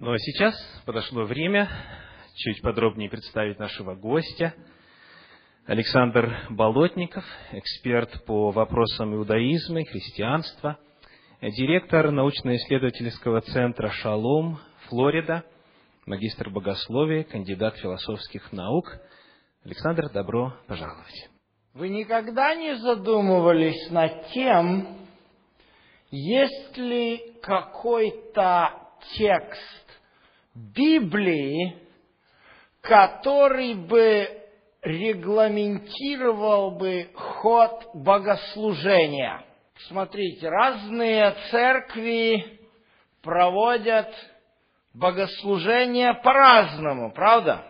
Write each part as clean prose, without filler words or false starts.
Ну а сейчас подошло время чуть подробнее представить нашего гостя. Александр Болотников, эксперт по вопросам иудаизма и христианства, директор научно-исследовательского центра «Шалом», Флорида, магистр богословия, кандидат философских наук. Александр, добро пожаловать. Вы никогда не задумывались над тем, есть ли какой-то текст Библии, который бы регламентировал бы ход богослужения? Смотрите, разные церкви проводят богослужение по-разному, правда?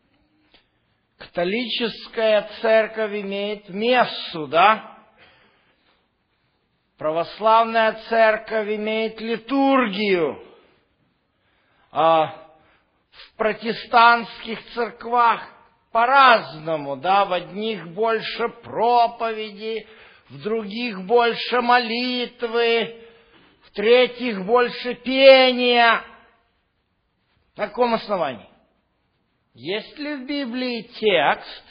Католическая церковь имеет мессу, да? Православная церковь имеет литургию. А в протестантских церквах по-разному, да? В одних больше проповеди, в других больше молитвы, в третьих больше пения. На каком основании? Есть ли в Библии текст,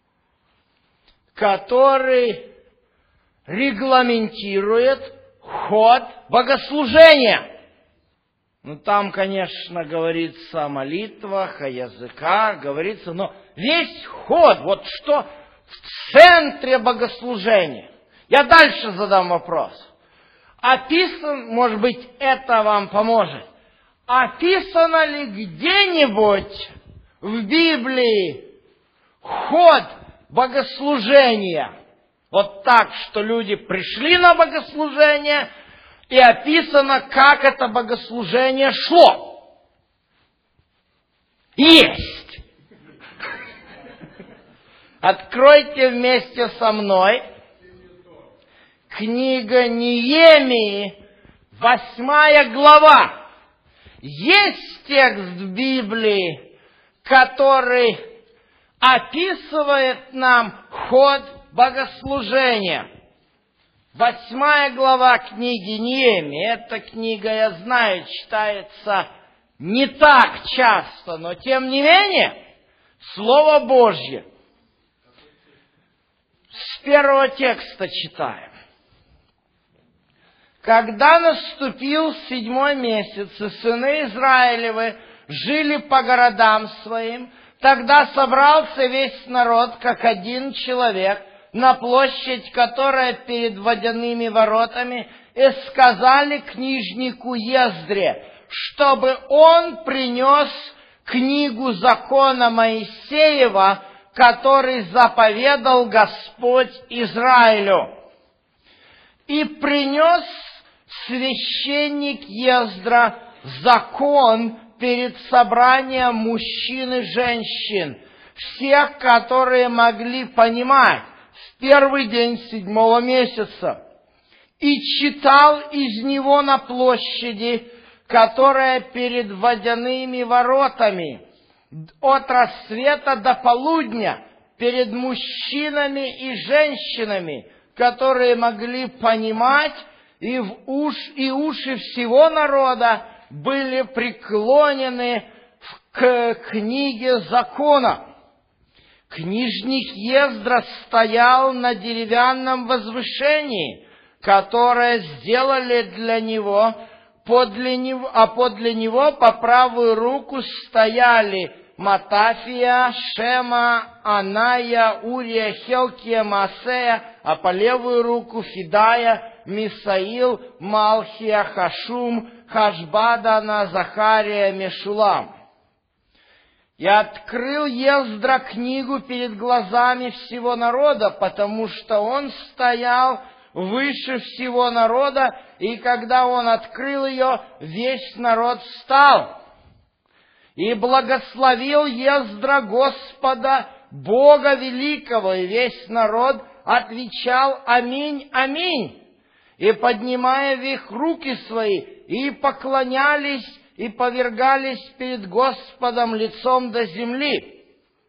который регламентирует ход богослужения? Ну, там, конечно, говорится о молитвах, о языках, говорится, но весь ход, вот что в центре богослужения. Я дальше задам вопрос. Описан, может быть, это вам поможет. Описано ли где-нибудь в Библии ход богослужения? Вот так, что люди пришли на богослужение, и описано, как это богослужение шло. Есть! Откройте вместе со мной книга Неемии, 8 глава. Есть текст в Библии, который описывает нам ход богослужения. 8 глава книги Неемии. Эта книга, я знаю, читается не так часто, но тем не менее, Слово Божье. С первого текста читаем. Когда наступил 7 месяц, и сыны Израилевы жили по городам своим, тогда собрался весь народ, как один человек, на площадь, которая перед водяными воротами, и сказали книжнику Ездре, чтобы он принес книгу закона Моисеева, который заповедал Господь Израилю. И принес священник Ездра закон перед собранием мужчин и женщин, всех, которые могли понимать, в первый день 7 месяца, и читал из него на площади, которая перед водяными воротами, от рассвета до полудня, перед мужчинами и женщинами, которые могли понимать, и уши всего народа были преклонены к книге закона. Книжник Ездра стоял на деревянном возвышении, которое сделали для него, подле него по правую руку стояли Матафия, Шема, Аная, Урия, Хелкия, Маасея, а по левую руку Фидая, Мисаил, Малхия, Хашум, Хашбадана, Захария, Мешулам. И открыл Ездра книгу перед глазами всего народа, потому что он стоял выше всего народа, и когда он открыл ее, весь народ встал. И благословил Ездра Господа, Бога Великого, и весь народ отвечал: Аминь, Аминь. И, поднимая вверх руки свои, и поклонялись, и повергались перед Господом лицом до земли.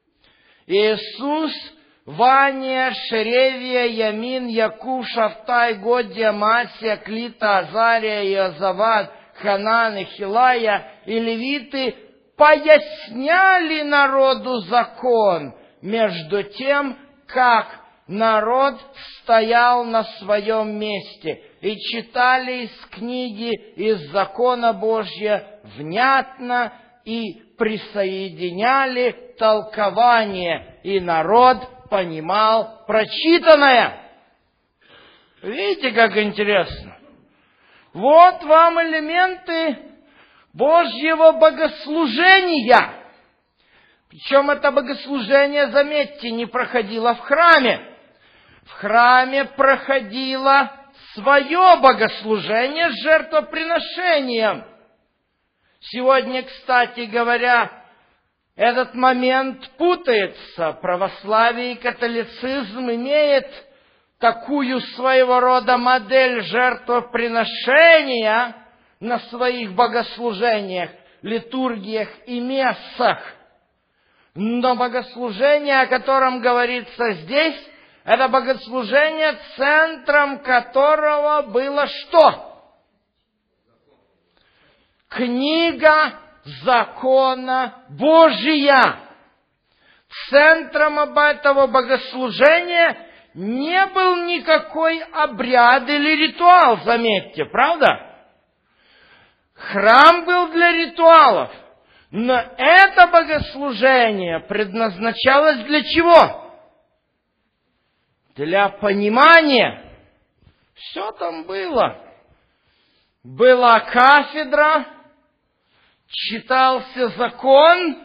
Иисус, Вания, Шеревия, Ямин, Якув, Шафтай, Годия, Масия, Клита, Азария, Иозавад, Ханан и Хилая и левиты поясняли народу закон, между тем, как народ стоял на своем месте, и читали из книги, из закона Божьего внятно, и присоединяли толкование, и народ понимал прочитанное. Видите, как интересно? Вот вам элементы Божьего богослужения. Причем это богослужение, заметьте, не проходило в храме. В храме проходило свое богослужение с жертвоприношением. Сегодня, кстати говоря, этот момент путается. Православие и католицизм имеют такую своего рода модель жертвоприношения на своих богослужениях, литургиях и мессах. Но богослужение, о котором говорится здесь, это богослужение, центром которого было что? Книга закона Божия. Центром этого богослужения не был никакой обряд или ритуал, заметьте, правда? Храм был для ритуалов, но это богослужение предназначалось для чего? Для понимания. Все там было. Была кафедра, читался закон,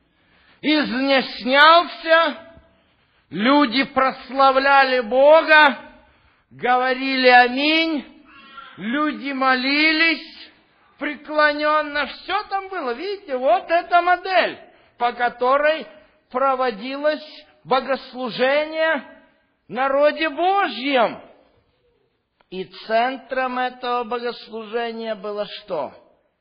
изъяснялся, люди прославляли Бога, говорили аминь, люди молились преклоненно. Все там было. Видите, вот эта модель, по которой проводилось богослужение в народе Божьем. И центром этого богослужения было что?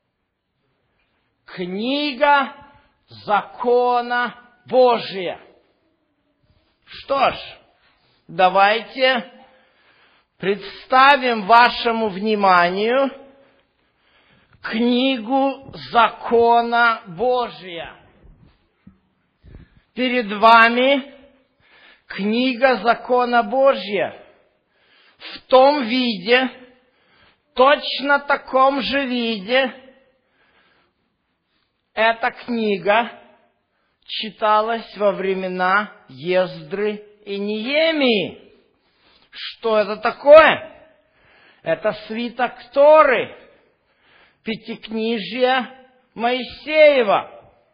Книга закона Божия. Что ж, давайте представим вашему вниманию книгу закона Божия. Перед вами книга закона Божия. В том виде, точно таком же виде, эта книга читалась во времена Ездры и Неемии. Что это такое? Это свиток Торы, Пятикнижия Моисеева.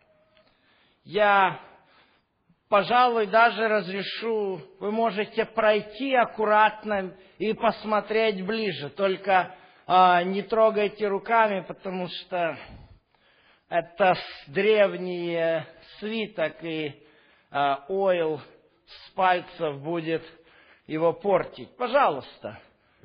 Я, пожалуй, даже разрешу, вы можете пройти аккуратно и посмотреть ближе, только не трогайте руками, потому что это древний свиток, и ойл с пальцев будет его портить. Пожалуйста.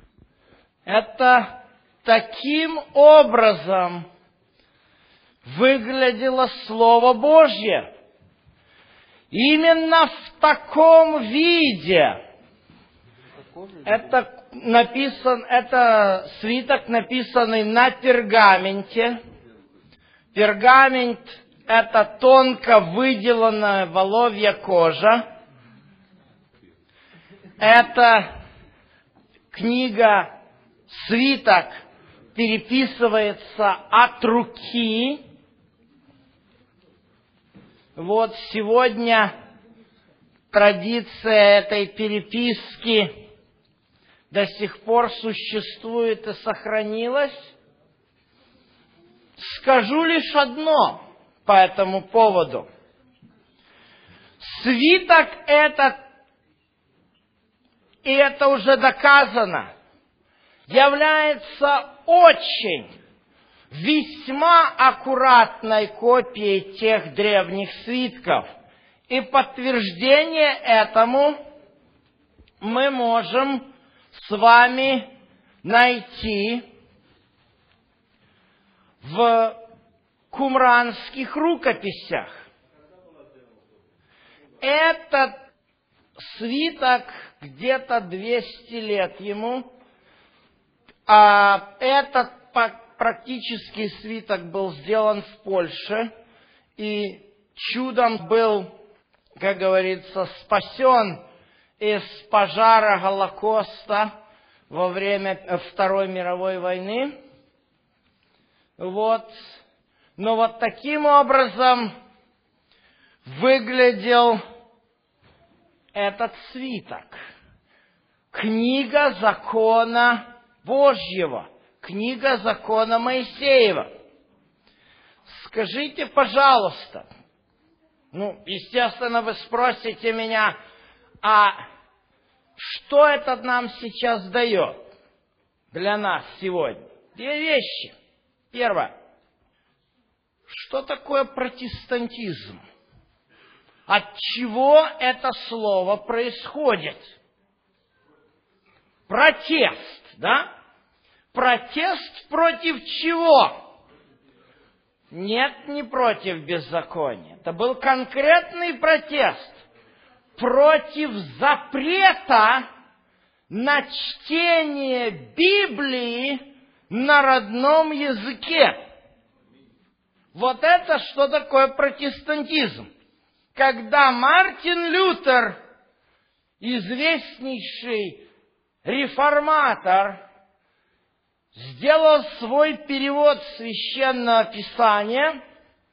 Это таким образом выглядело Слово Божье. Именно в таком виде. Это свиток, написанный на пергаменте. Пергамент – это тонко выделанная воловья кожа. Это книга, свиток переписывается от руки. Вот сегодня традиция этой переписки до сих пор существует и сохранилась. Скажу лишь одно по этому поводу. Свиток этот, и это уже доказано, является весьма аккуратной копией тех древних свитков. И подтверждение этому мы можем с вами найти в кумранских рукописях. Этот свиток где-то 200 лет ему, а этот практический свиток был сделан в Польше, и чудом был, как говорится, спасен из пожара Голокоста во время Второй мировой войны. Вот. Но вот таким образом выглядел этот свиток. Книга закона Божьего, книга закона Моисеева. Скажите, пожалуйста, естественно, вы спросите меня, а что это нам сейчас дает для нас сегодня? Две вещи. Первое. Что такое протестантизм? От чего это слово происходит? Протест, да? Протест против чего? Нет, не против беззакония. Это был конкретный протест против запрета на чтение Библии на родном языке. Вот это что такое протестантизм. Когда Мартин Лютер, известнейший реформатор, сделал свой перевод Священного Писания,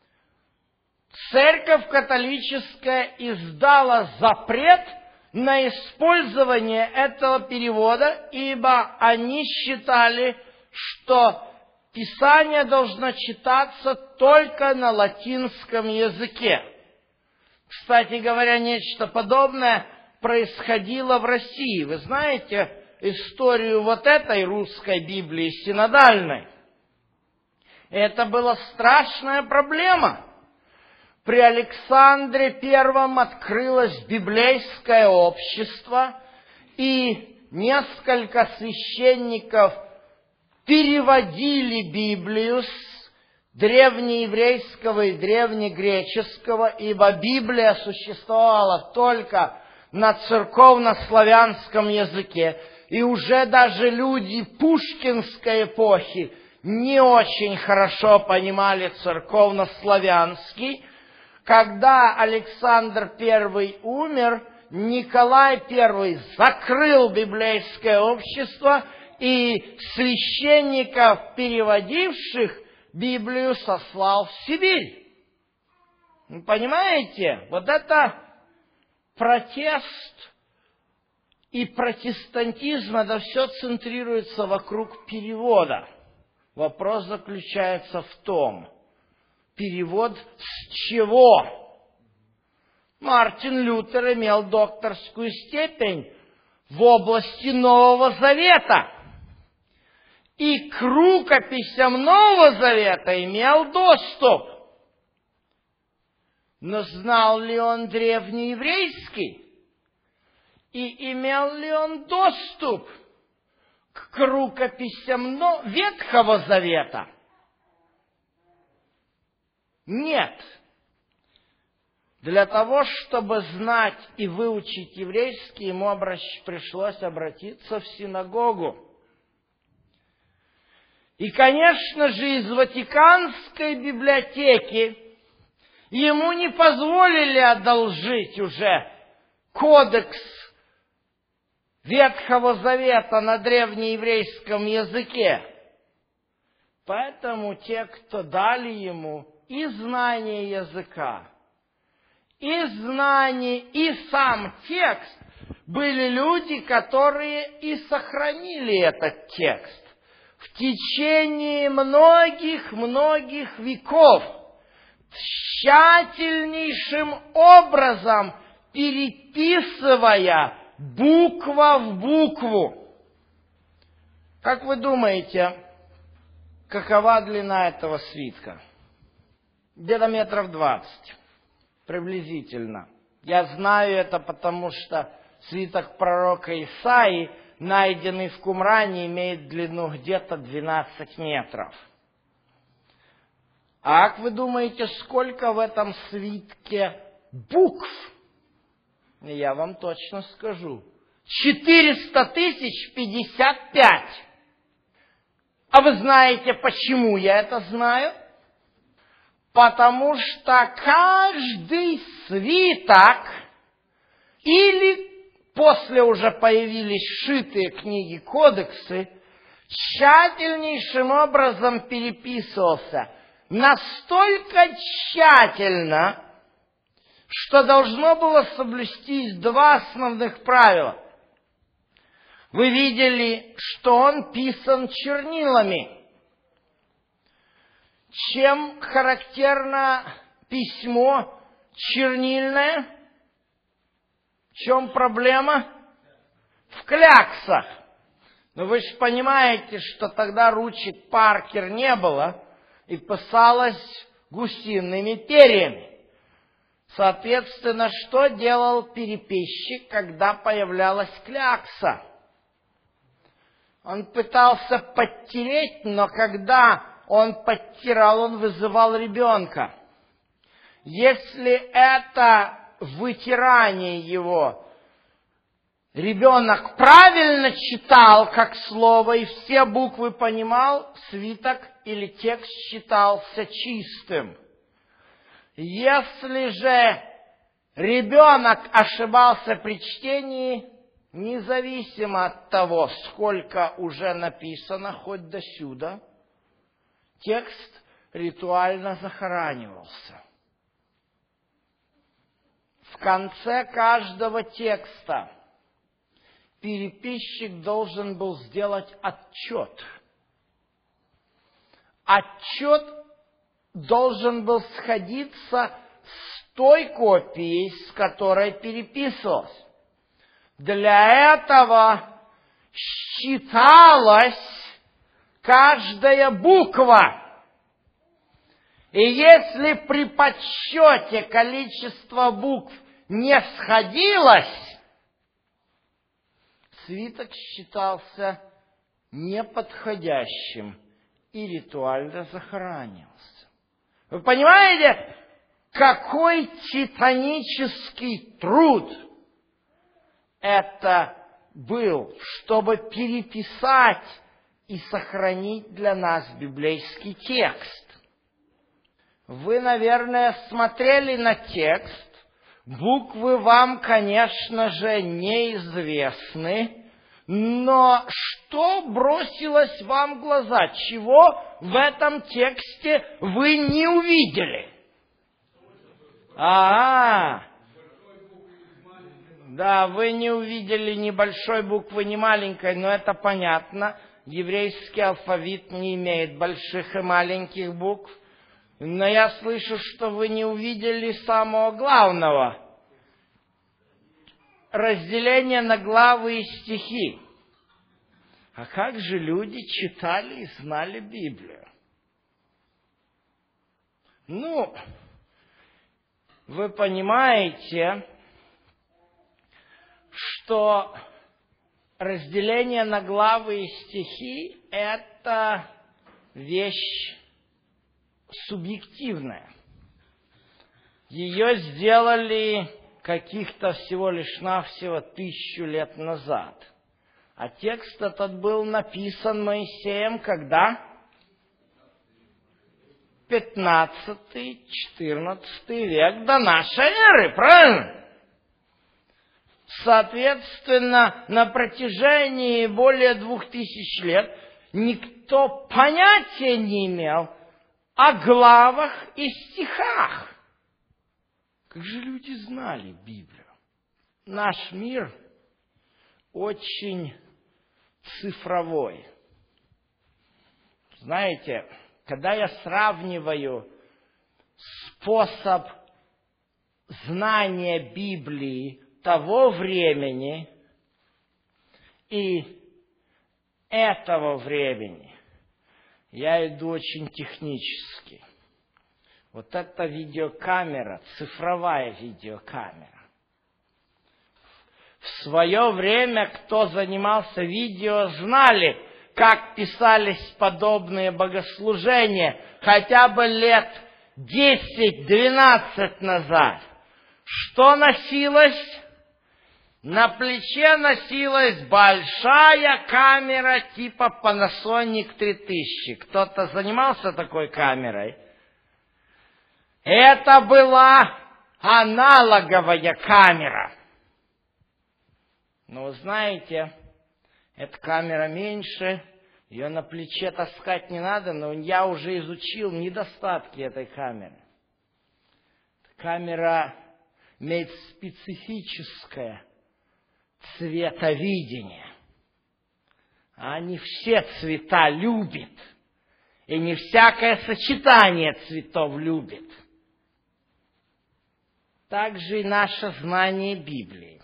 Церковь католическая издала запрет на использование этого перевода, ибо они считали, что Писание должно читаться только на латинском языке. Кстати говоря, нечто подобное происходило в России. Вы знаете историю вот этой русской Библии синодальной? Это была страшная проблема. При Александре I открылось библейское общество, и несколько священников переводили Библию с древнееврейского и древнегреческого, ибо Библия существовала только на церковно-славянском языке, и уже даже люди пушкинской эпохи не очень хорошо понимали церковно-славянский. Когда Александр I умер, Николай I закрыл библейское общество, и священников, переводивших Библию, сослал в Сибирь. Вы понимаете? Вот это протест и протестантизм, это все центрируется вокруг перевода. Вопрос заключается в том, перевод с чего? Мартин Лютер имел докторскую степень в области Нового Завета, и к рукописям Нового Завета имел доступ. Но знал ли он древнееврейский? И имел ли он доступ к рукописям Ветхого Завета? Нет. Для того, чтобы знать и выучить еврейский, ему пришлось обратиться в синагогу. И, конечно же, из Ватиканской библиотеки ему не позволили одолжить уже кодекс Ветхого Завета на древнееврейском языке. Поэтому те, кто дали ему и знание языка, и знание, и сам текст, были люди, которые и сохранили этот текст в течение многих веков, тщательнейшим образом переписывая буква в букву. Как вы думаете, какова длина этого свитка? Где-то метров 20, приблизительно. Я знаю это, потому что свиток пророка Исаии, найденный в Кумране, имеет длину где-то 12 метров. А как вы думаете, сколько в этом свитке букв? Я вам точно скажу. 400 055. А вы знаете, почему я это знаю? Потому что каждый свиток, или после уже появились сшитые книги, кодексы, тщательнейшим образом переписывался. Настолько тщательно, что должно было соблюстись два основных правила. Вы видели, что он писан чернилами. Чем характерно письмо чернильное? В чем проблема? В кляксах. Но вы же понимаете, что тогда ручек Паркер не было, и писалось гусиными перьями. Соответственно, что делал переписчик, когда появлялась клякса? Он пытался подтереть, но когда он подтирал, он вызывал ребенка. Если это вытирание его ребенок правильно читал как слово и все буквы понимал, свиток или текст считался чистым. Если же ребенок ошибался при чтении, независимо от того, сколько уже написано, хоть до сюда, текст ритуально захоранивался. В конце каждого текста переписчик должен был сделать отчет. Отчет должен был сходиться с той копией, с которой переписывалось. Для этого считалась каждая буква. И если при подсчете количество букв не сходилось, свиток считался неподходящим и ритуально захоранивался. Вы понимаете, какой титанический труд это был, чтобы переписать и сохранить для нас библейский текст. Вы, наверное, смотрели на текст. Буквы вам, конечно же, неизвестны. Но что бросилось вам в глаза? Чего в этом тексте вы не увидели? Да, вы не увидели ни большой буквы, ни маленькой, но это понятно. Еврейский алфавит не имеет больших и маленьких букв. Но я слышу, что вы не увидели самого главного. Разделение на главы и стихи. А как же люди читали и знали Библию? Вы понимаете, что разделение на главы и стихи – это вещь субъективная. Ее сделали каких-то всего лишь навсего 1000 лет назад. А текст этот был написан Моисеем когда? 15-14 век до нашей эры, правильно? Соответственно, на протяжении более 2000 лет никто понятия не имел о главах и стихах. Как же люди знали Библию? Наш мир очень цифровой. Знаете, когда я сравниваю способ знания Библии того времени и этого времени, я иду очень технически. Вот эта видеокамера, цифровая видеокамера. В свое время, кто занимался видео, знали, как писались подобные богослужения, хотя бы лет 10-12 назад. Что носилось? На плече носилась большая камера типа Panasonic 3000. Кто-то занимался такой камерой? Это была аналоговая камера. Но знаете, эта камера меньше, ее на плече таскать не надо, но я уже изучил недостатки этой камеры. Камера имеет специфическое цветовидение. А не все цвета любит. И не всякое сочетание цветов любит. Также и наше знание Библии.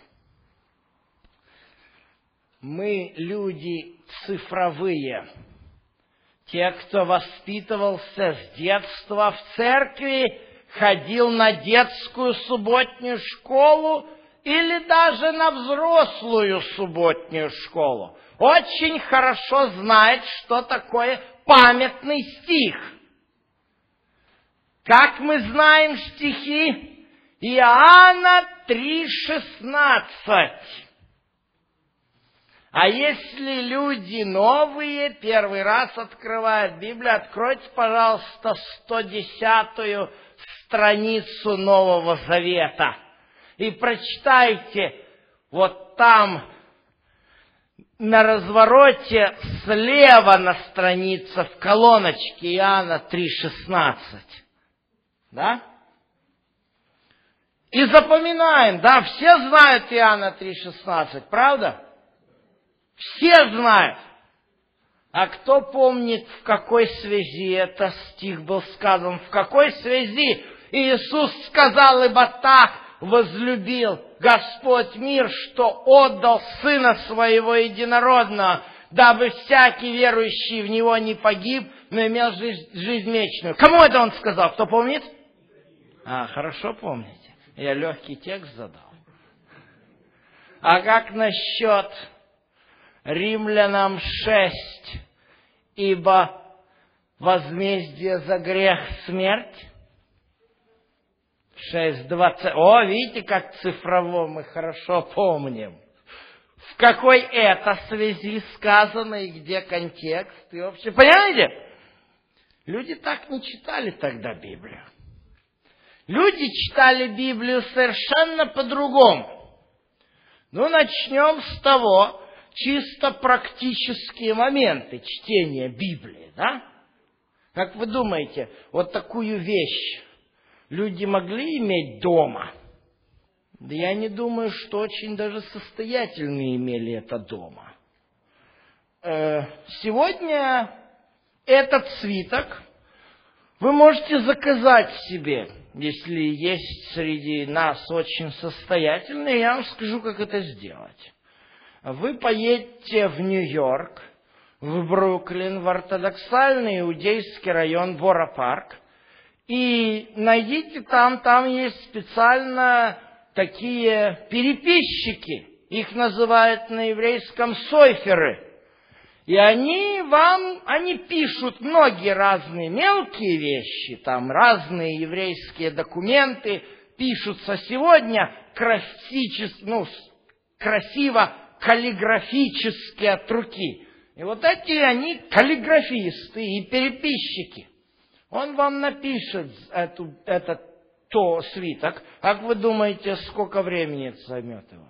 Мы люди цифровые. Те, кто воспитывался с детства в церкви, ходил на детскую субботнюю школу или даже на взрослую субботнюю школу, очень хорошо знает, что такое памятный стих. Как мы знаем стихи? Иоанна 3,16. А если люди новые, первый раз открывают Библию, откройте, пожалуйста, 110-ю страницу Нового Завета. И прочитайте вот там на развороте слева на странице в колоночке Иоанна 3,16. Да? И запоминаем, да, все знают Иоанна 3,16, правда? Все знают. А кто помнит, в какой связи этот стих был сказан? В какой связи Иисус сказал: «Ибо так возлюбил Господь мир, что отдал Сына Своего Единородного, дабы всякий верующий в Него не погиб, но имел жизнь вечную». Кому это Он сказал? Кто помнит? Хорошо помните. Я легкий текст задал. А как насчет Римлянам 6? Ибо возмездие за грех смерть. 6:20. О, видите, как цифрово мы хорошо помним. В какой это связи сказано и где контекст? И вообще, понимаете? Люди так не читали тогда Библию. Люди читали Библию совершенно по-другому. Ну, начнем с того, чисто практические моменты чтения Библии, да? Как вы думаете, вот такую вещь люди могли иметь дома? Да я не думаю, что очень даже состоятельные имели это дома. Сегодня этот свиток вы можете заказать себе, если есть среди нас очень состоятельные. Я вам скажу, как это сделать. Вы поедете в Нью-Йорк, в Бруклин, в ортодоксальный иудейский район Бора-Парк, и найдите там есть специально такие переписчики, их называют на еврейском сойферы. И они пишут многие разные мелкие вещи, там разные еврейские документы пишутся сегодня красиво, каллиграфически от руки. И вот эти они каллиграфисты и переписчики. Он вам напишет этот свиток. Как вы думаете, сколько времени это займет его?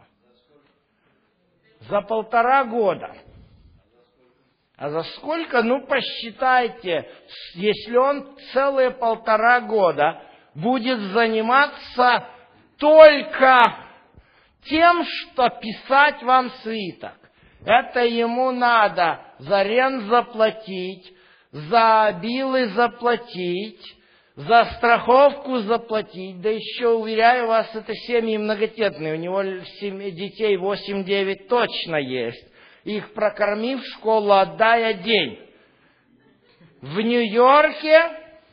За 1,5 года. А за сколько? Ну, посчитайте, если он целые 1,5 года будет заниматься только тем, что писать вам свиток. Это ему надо за рент заплатить, за билы заплатить, за страховку заплатить. Да еще, уверяю вас, это семьи многодетные. У него детей 8-9 точно есть. Их прокорми в школу, отдай одень. В Нью-Йорке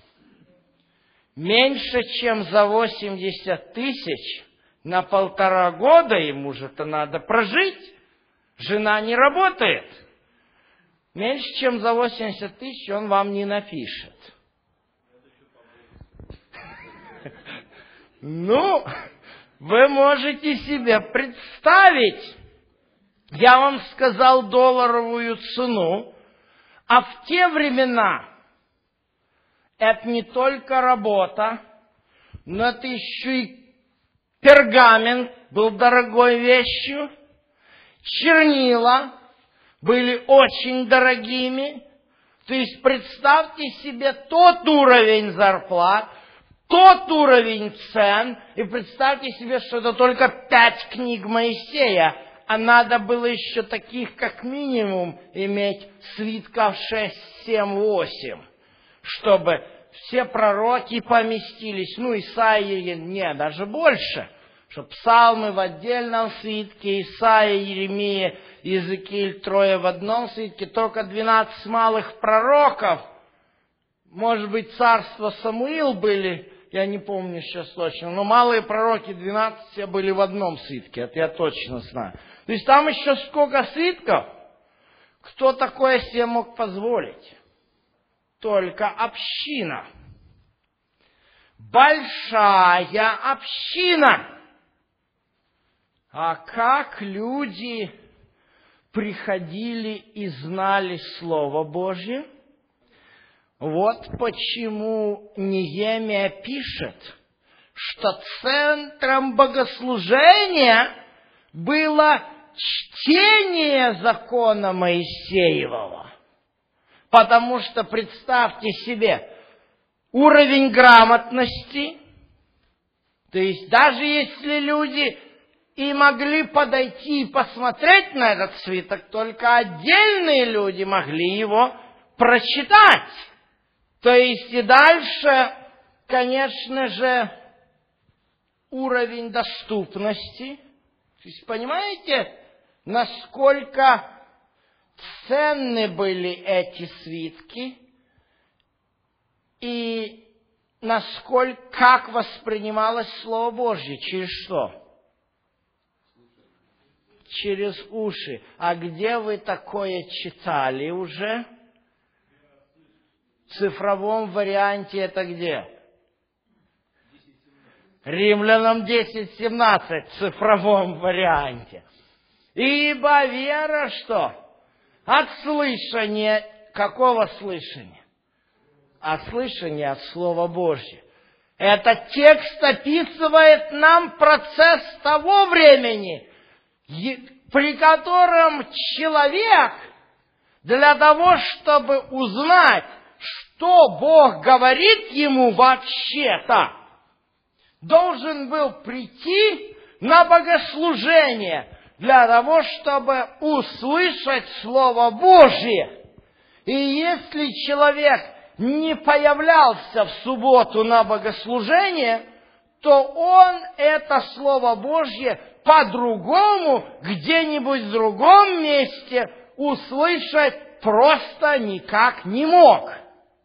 меньше, чем за 80 тысяч на 1,5 года ему же-то надо прожить. Жена не работает. Меньше, чем за 80 тысяч он вам не напишет. Вы можете себе представить, я вам сказал долларовую цену, а в те времена это не только работа, но это еще и пергамент был дорогой вещью, чернила были очень дорогими. То есть представьте себе тот уровень зарплат, тот уровень цен, и представьте себе, что это только 5 книг Моисея, а надо было еще таких как минимум иметь свитков 6, 7, 8, чтобы все пророки поместились, Исаия, даже больше, что псалмы в отдельном свитке, Исаия, Иеремия, Иезекииль, 3 в одном свитке, только 12 малых пророков, может быть, царство Самуил были, я не помню сейчас точно, но малые пророки 12 все были в одном свитке, это я точно знаю. То есть там еще сколько свитков, кто такое себе мог позволить? Только община. Большая община. А как люди приходили и знали Слово Божье? Вот почему Неемия пишет, что центром богослужения было чтение закона Моисеевого. Потому что, представьте себе, уровень грамотности, то есть даже если люди и могли подойти и посмотреть на этот свиток, только отдельные люди могли его прочитать. То есть и дальше, конечно же, уровень доступности. То есть понимаете, насколько ценны были эти свитки и как воспринималось Слово Божье? Через что? Через уши. А где вы такое читали уже? В цифровом варианте это где? Римлянам 10:17 в цифровом варианте. Ибо вера что? От слышания. Какого слышания? От слышания от Слова Божьего. Этот текст описывает нам процесс того времени, при котором человек для того, чтобы узнать, что Бог говорит ему вообще-то, должен был прийти на богослужение для того, чтобы услышать Слово Божие. И если человек не появлялся в субботу на богослужение, то он это Слово Божье по-другому, где-нибудь в другом месте услышать просто никак не мог.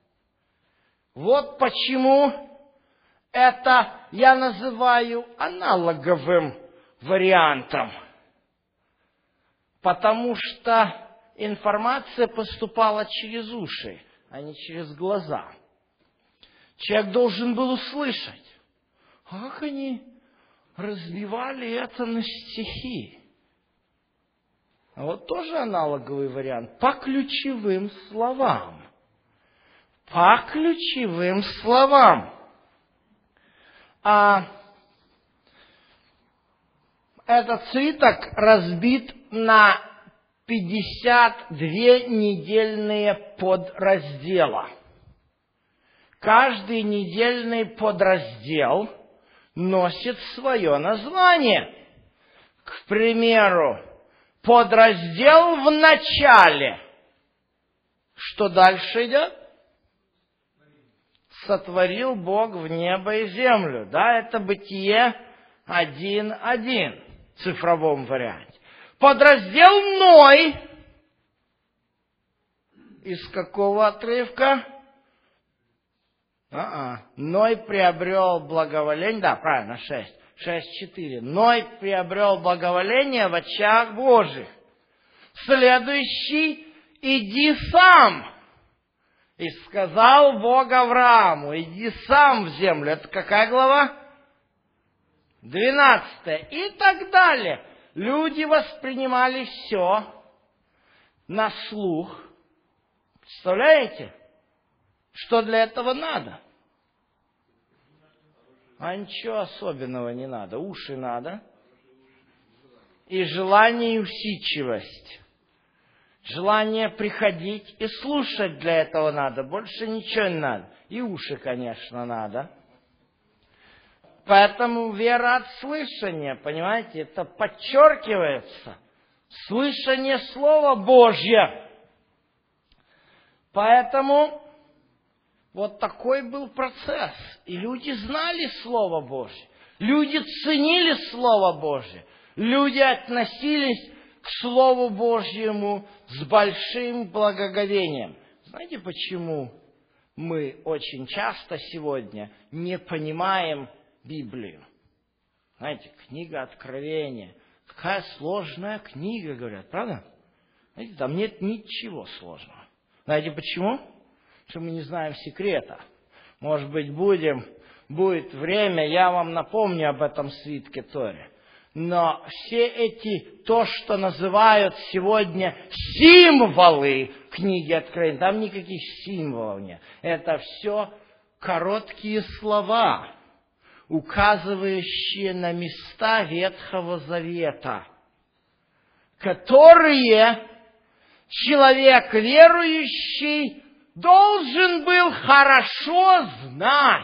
Вот почему это я называю аналоговым вариантом. Потому что информация поступала через уши, а не через глаза. Человек должен был услышать. Как они разбивали это на стихи? А вот тоже аналоговый вариант. По ключевым словам. По ключевым словам. Этот свиток разбит на 52 недельные подраздела. Каждый недельный подраздел носит свое название. К примеру, подраздел в начале. Что дальше идет? Сотворил Бог в небо и землю. Да, это Бытие 1:1 в цифровом варианте. Подраздел Ной. Из какого отрывка? Ной приобрел благоволение. Да, правильно, 6:4. Ной приобрел благоволение в очах Божьих. Следующий: иди сам. И сказал Бог Аврааму: иди сам в землю. Это какая глава? 12 и так далее. Люди воспринимали все на слух. Представляете, что для этого надо? А ничего особенного не надо. Уши надо. И желание и усидчивость. Желание приходить и слушать для этого надо. Больше ничего не надо. И уши, конечно, надо. Поэтому вера от слышания, понимаете, это подчеркивается. Слышание Слова Божьего. Поэтому вот такой был процесс. И люди знали Слово Божье. Люди ценили Слово Божье. Люди относились к Слову Божьему с большим благоговением. Знаете, почему мы очень часто сегодня не понимаем Библию? Знаете, книга Откровения. Какая сложная книга, говорят, правда? Знаете, там нет ничего сложного. Знаете почему? Потому что мы не знаем секрета. Может быть, будет время, я вам напомню об этом свитке Торе. Но все эти, то, что называют сегодня символы книги Откровения, там никаких символов нет. Это все короткие слова, указывающие на места Ветхого Завета, которые человек верующий должен был хорошо знать.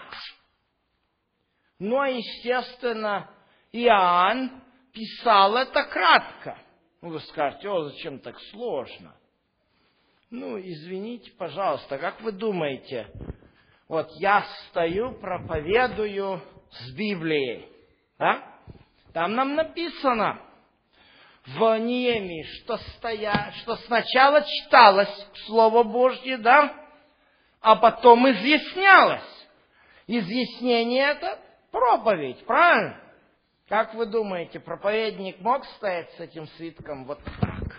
Но, естественно, Иоанн писал это кратко. Вы скажете, зачем так сложно? Извините, пожалуйста, как вы думаете, вот я стою, проповедую с Библией, да? Там нам написано в Неемии, что сначала читалось Слово Божье, да? А потом изъяснялось. Изъяснение — это проповедь, правильно? Как вы думаете, проповедник мог стоять с этим свитком вот так?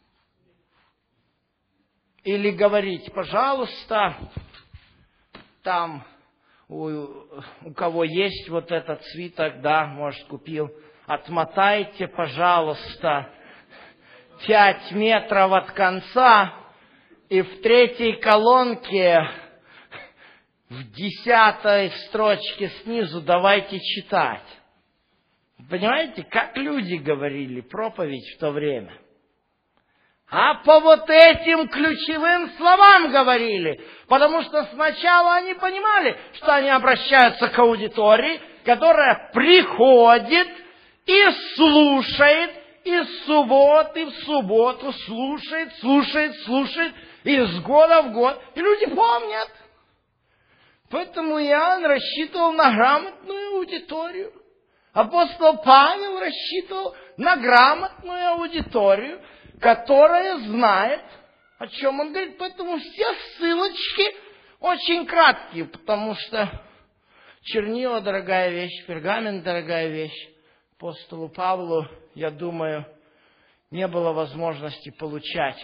Или говорить, пожалуйста, там у кого есть вот этот свиток, да, может, купил, отмотайте, пожалуйста, 5 метров от конца, и в 3-й колонке, в 10-й строчке снизу давайте читать. Понимаете, как люди говорили проповедь в то время? А по вот этим ключевым словам говорили. Потому что сначала они понимали, что они обращаются к аудитории, которая приходит и слушает, из субботы в субботу слушает, из года в год. И люди помнят. Поэтому Иоанн рассчитывал на грамотную аудиторию. Апостол Павел рассчитывал на грамотную аудиторию, которая знает, о чем он говорит. Поэтому все ссылочки очень краткие, потому что чернила — дорогая вещь, пергамент — дорогая вещь. Апостолу Павлу, я думаю, не было возможности получать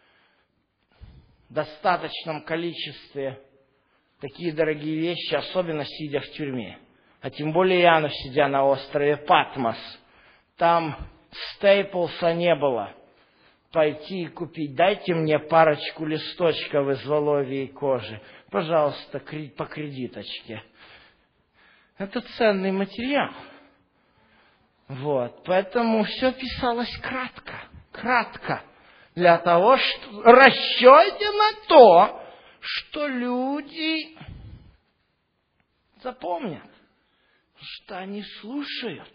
в достаточном количестве такие дорогие вещи, особенно сидя в тюрьме. А тем более Иоанну, сидя на острове Патмос. Там Стейплса не было. Пойти и купить. Дайте мне парочку листочков из воловьей кожи. Пожалуйста, по кредиточке. Это ценный материал. Вот. Поэтому все писалось кратко. Для того, что в расчете на то, что люди запомнят. Что они слушают.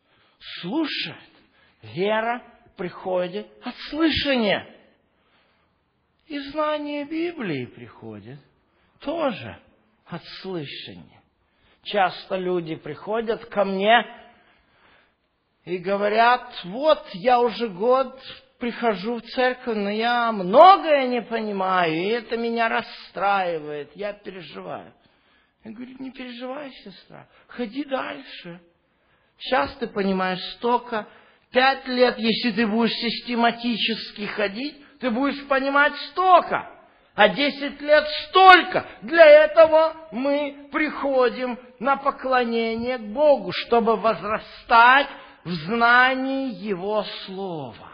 Вера приходит от слышания. И знание Библии приходит тоже от слышания. Часто люди приходят ко мне и говорят, вот я уже год прихожу в церковь, но я многое не понимаю, и это меня расстраивает, я переживаю. Я говорю, не переживай, сестра, ходи дальше. Сейчас ты понимаешь столько. 5 лет, если ты будешь систематически ходить, ты будешь понимать столько. А 10 лет столько. Для этого мы приходим на поклонение к Богу, чтобы возрастать в знании Его Слова.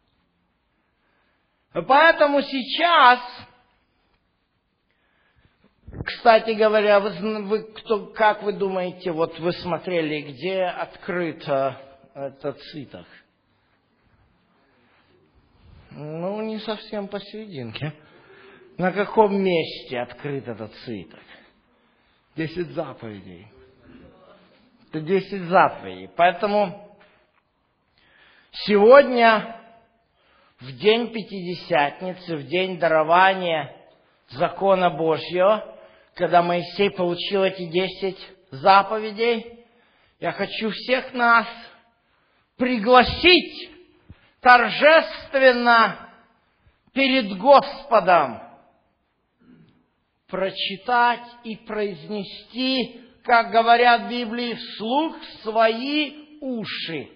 Поэтому сейчас, кстати говоря, как вы думаете, вот вы смотрели, где открыто этот цитах? Ну, не совсем посерединке. На каком месте открыт этот цитах? 10 заповедей. Это 10 заповедей. Поэтому сегодня, в день Пятидесятницы, в день дарования закона Божьего, когда Моисей получил эти 10 заповедей, я хочу всех нас пригласить торжественно перед Господом прочитать и произнести, как говорят в Библии, вслух свои уши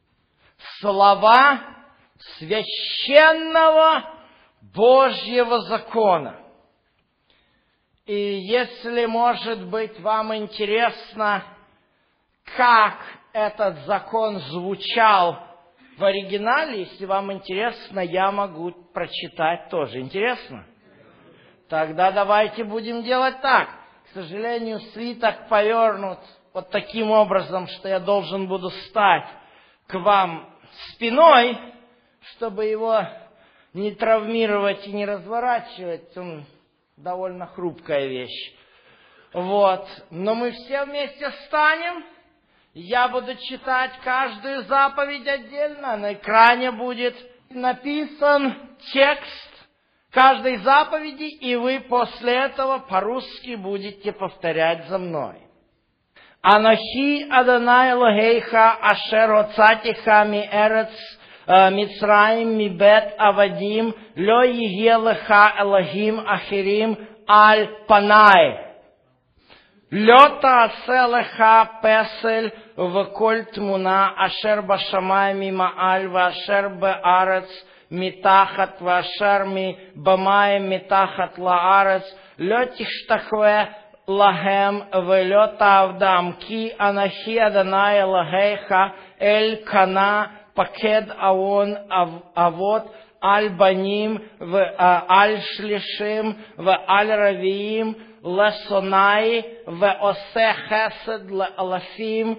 слова священного Божьего закона. И если, может быть, вам интересно, как этот закон звучал в оригинале, если вам интересно, я могу прочитать тоже. Интересно? Тогда давайте будем делать так. К сожалению, свиток повернут вот таким образом, что я должен буду стать к вам спиной, чтобы его не травмировать и не разворачивать. Он довольно хрупкая вещь. Вот. Но мы все вместе встанем. Я буду читать каждую заповедь отдельно. На экране будет написан текст каждой заповеди, и вы после этого по-русски будете повторять за мной. Анохи Адонай Элохейха Ашер Оцатиха Миэрец Мицраим Мибет Авадим Ло Йие Леха Элохим Ахирим Аль Панай. Ло Таасе Леха Песель Веколь Тмуна Ашер Башамай Мимааль Вашер Беарец Митахат Вашер Ми Бамай Митахат Лаарец Ло Тиштахве Лахем Вело Тавдам Ки Анахи Адонай Элохейха Эль Кана Пакед Аон Авот Аль Баним Аль Шлишим Аль Равиим Лесонай Осе Хесед Лалафим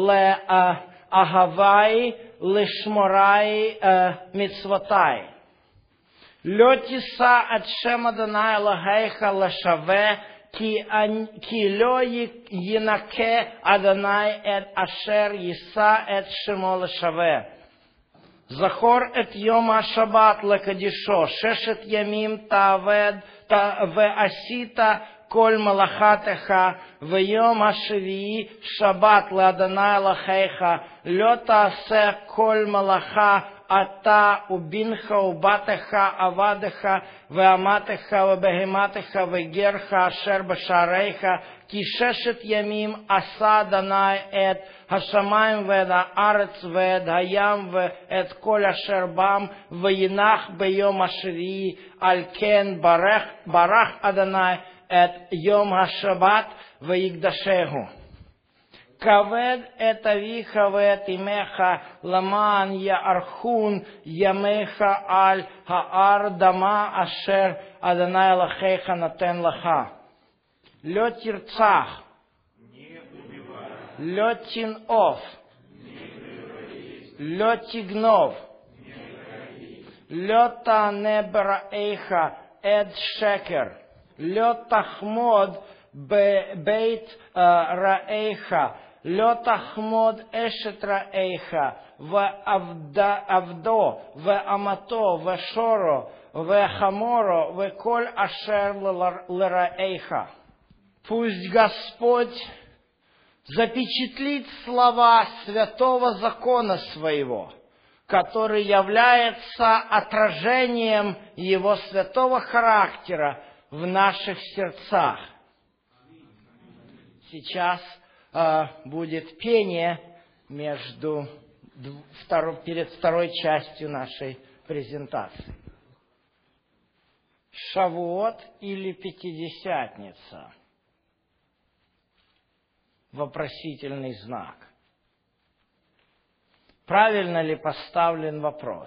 Агавай Лишморай Мицвотай. Лотиса Адшем Адонай Элохейха Лешаве Ки ло Йинаке Адонай Эт Ашер Иса Эт Шемо Лешаве. Захор Эт Йома Шаббат Лекадишо Шешет Ямим Таавед Веасита Коль Малахатеха Вейом Ашевии Шаббат Ладонай Элохейха Ло Таасе Коль Малаха Ата Убинха Убатеха Авадеха Веаматеха Вебехематеха Вегерха Ашер Башарейха Кишешет Ямим Аса Адонай Эт Хашамаим Вед Аарец Вед Хаям Вед Коль Ашер Бам Вейнах Бейом Ашевии Алькен Барах Адонай Эт Йом Хашаббат Ваигдашеху. Кавед эт авиха вет имеха ламан я архун ямеха аль хаар дама ашер Адонай Элохейха натен лаха. Ло тирцах. Ло тинов. Ло тигнов. Ло танебраэйха эд шекер. Ло тахмод бейт раэйха. Ло тахмод эшет раэйха. Авдо, амато, шоро, хаморо, коль ашер лераэйха. Пусть Господь запечатлит слова святого закона своего, который является отражением Его святого характера в наших сердцах. Сейчас будет пение перед второй частью нашей презентации. Шавуот или Пятидесятница? Вопросительный знак. Правильно ли поставлен вопрос?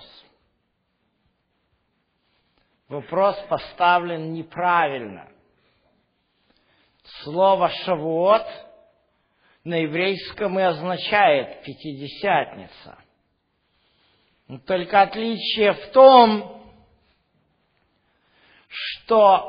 Вопрос поставлен неправильно. Слово «шавуот» на еврейском и означает «пятидесятница». Но только отличие в том, что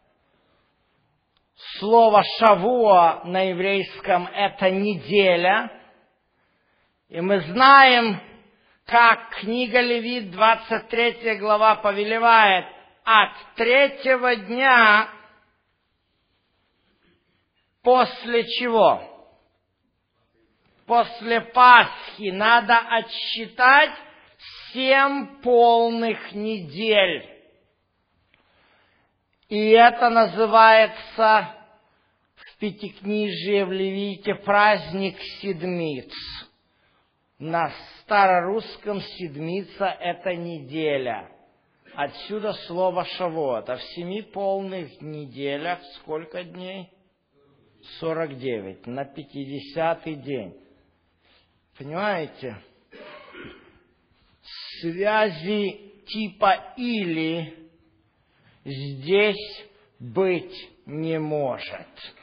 слово «шавуа» на еврейском – это неделя, и мы знаем, как книга Левит, 23 глава, повелевает, от третьего дня после чего? После Пасхи надо отсчитать 7 полных недель. И это называется в Пятикнижии, в Левите, праздник Седмиц. На старорусском седмица – это неделя. Отсюда слово «шавуот». А в 7 полных неделях сколько дней? 49. На 50-й день. Понимаете? Связи типа «или» здесь быть не может.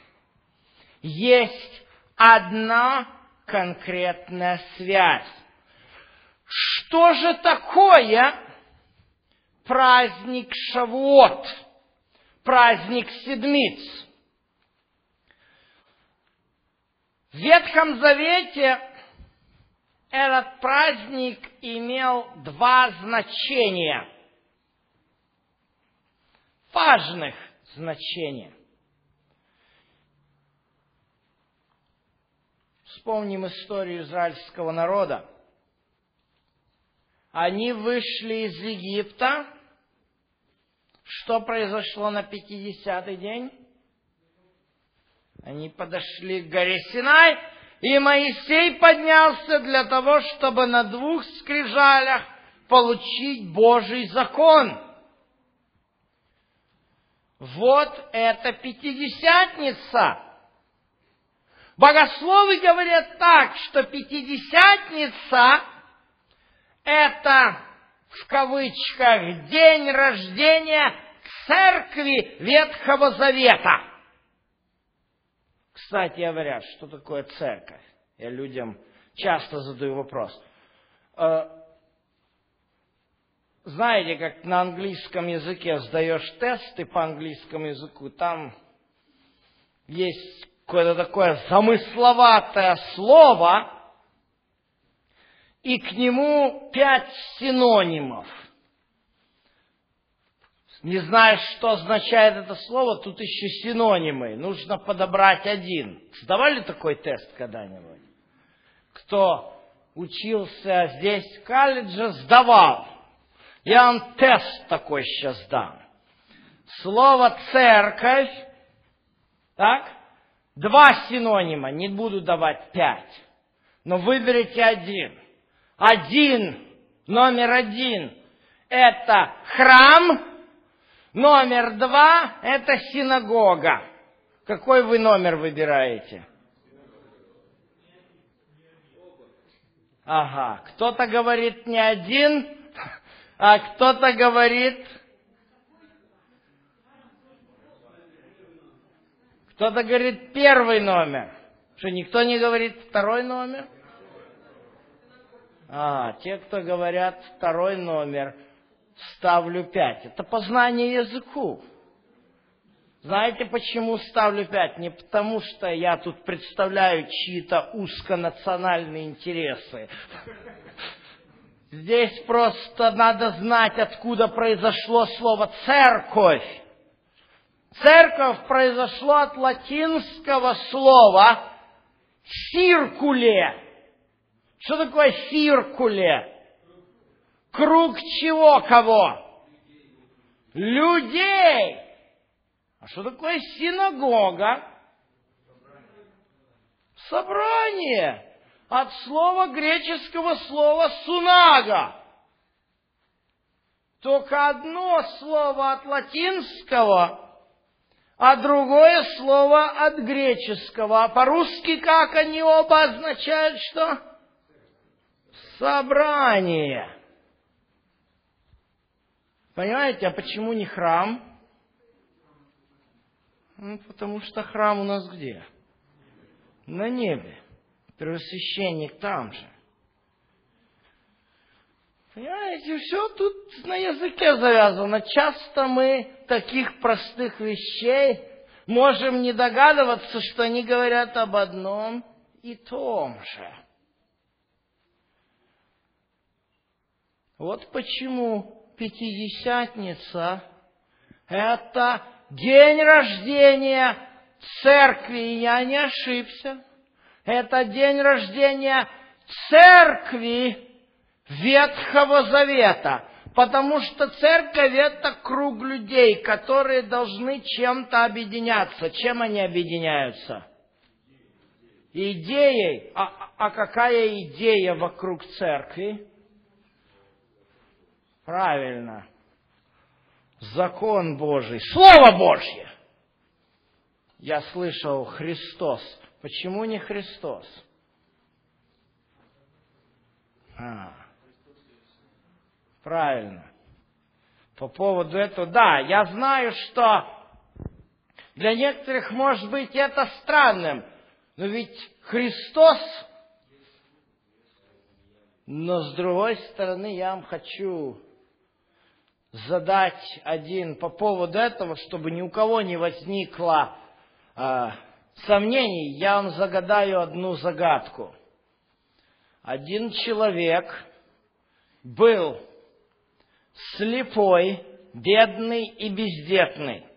Есть одна конкретная связь. Что же такое праздник Шавуот, праздник Седмиц? В Ветхом Завете этот праздник имел 2 значения, важных значения. Вспомним историю израильского народа. Они вышли из Египта. Что произошло на 50-й день? Они подошли к горе Синай, и Моисей поднялся для того, чтобы на 2 скрижалях получить Божий закон. Вот это Пятидесятница. Богословы говорят так, что Пятидесятница – это, в кавычках, день рождения церкви Ветхого Завета. Кстати говоря, что такое церковь? Я людям часто задаю вопрос. Знаете, как на английском языке сдаешь тесты по английскому языку, там есть какое-то такое замысловатое слово, и к нему 5 синонимов. Не знаешь, что означает это слово, тут еще синонимы. Нужно подобрать один. Сдавали такой тест когда-нибудь? Кто учился здесь в колледже, сдавал. Я вам тест такой сейчас дам. Слово «церковь», так? 2 синонима, не буду давать 5. Но выберите один. Номер 1 – это храм. Номер 2 – это синагога. Какой вы номер выбираете? Ага, кто-то говорит не один, а кто-то говорит... Кто-то говорит 1 номер. Что, никто не говорит 2 номер? Те, кто говорят 2 номер, ставлю 5. Это познание языку. Знаете, почему ставлю 5? Не потому, что я тут представляю чьи-то узконациональные интересы. Здесь просто надо знать, откуда произошло слово «церковь». Церковь произошло от латинского слова «циркуле». Что такое «циркуле»? Круг чего, кого? Людей. А что такое синагога? Собрание. От слова греческого слова «сунага». только одно слово от латинского, а другое слово от греческого. А по-русски как они оба означают что? Собрание. Понимаете, а почему не храм? Потому что храм у нас где? На небе. Первосвященник там же. Понимаете, все тут на языке завязано. Часто мы таких простых вещей можем не догадываться, что они говорят об одном и том же. Вот почему Пятидесятница – это день рождения церкви, и я не ошибся. Это день рождения церкви Ветхого Завета, потому что церковь – это круг людей, которые должны чем-то объединяться. Чем они объединяются? Идеей. А какая идея вокруг церкви? Правильно. Закон Божий. Слово Божье. Я слышал Христос. Почему не Христос? Правильно. По поводу этого, да, я знаю, что для некоторых может быть это странным, но ведь Христос, но с другой стороны я вам хочу задать по поводу этого, чтобы ни у кого не возникло сомнений, я вам загадаю одну загадку. Один человек был слепой, бедный и бездетный.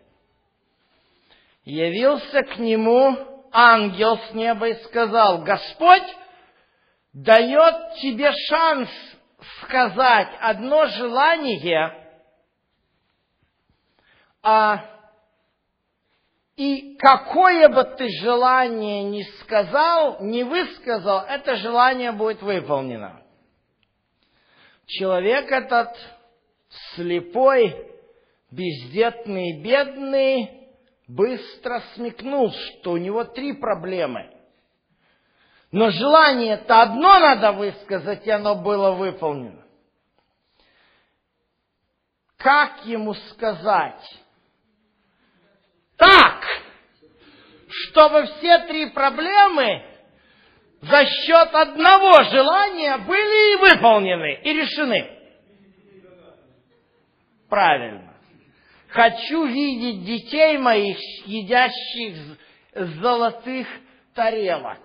Явился к нему ангел с неба и сказал: Господь дает тебе шанс сказать одно желание, и какое бы ты желание ни сказал, не высказал, это желание будет выполнено. Человек этот, слепой, бездетный, бедный, быстро смекнул, что у него 3 проблемы. Но желание-то одно надо высказать, и оно было выполнено. Как ему сказать? Так, чтобы все 3 проблемы за счет одного желания были и выполнены, и решены. Правильно. Хочу видеть детей моих, едящих золотых тарелок.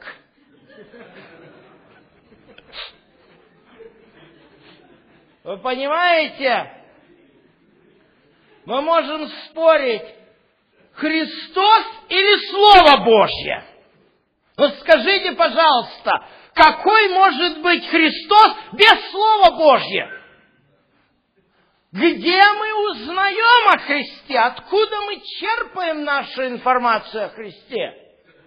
Вы понимаете? Мы можем спорить, Христос или Слово Божье? Ну скажите, пожалуйста, какой может быть Христос без Слова Божьего? Где мы узнаем о Христе? Откуда мы черпаем нашу информацию о Христе?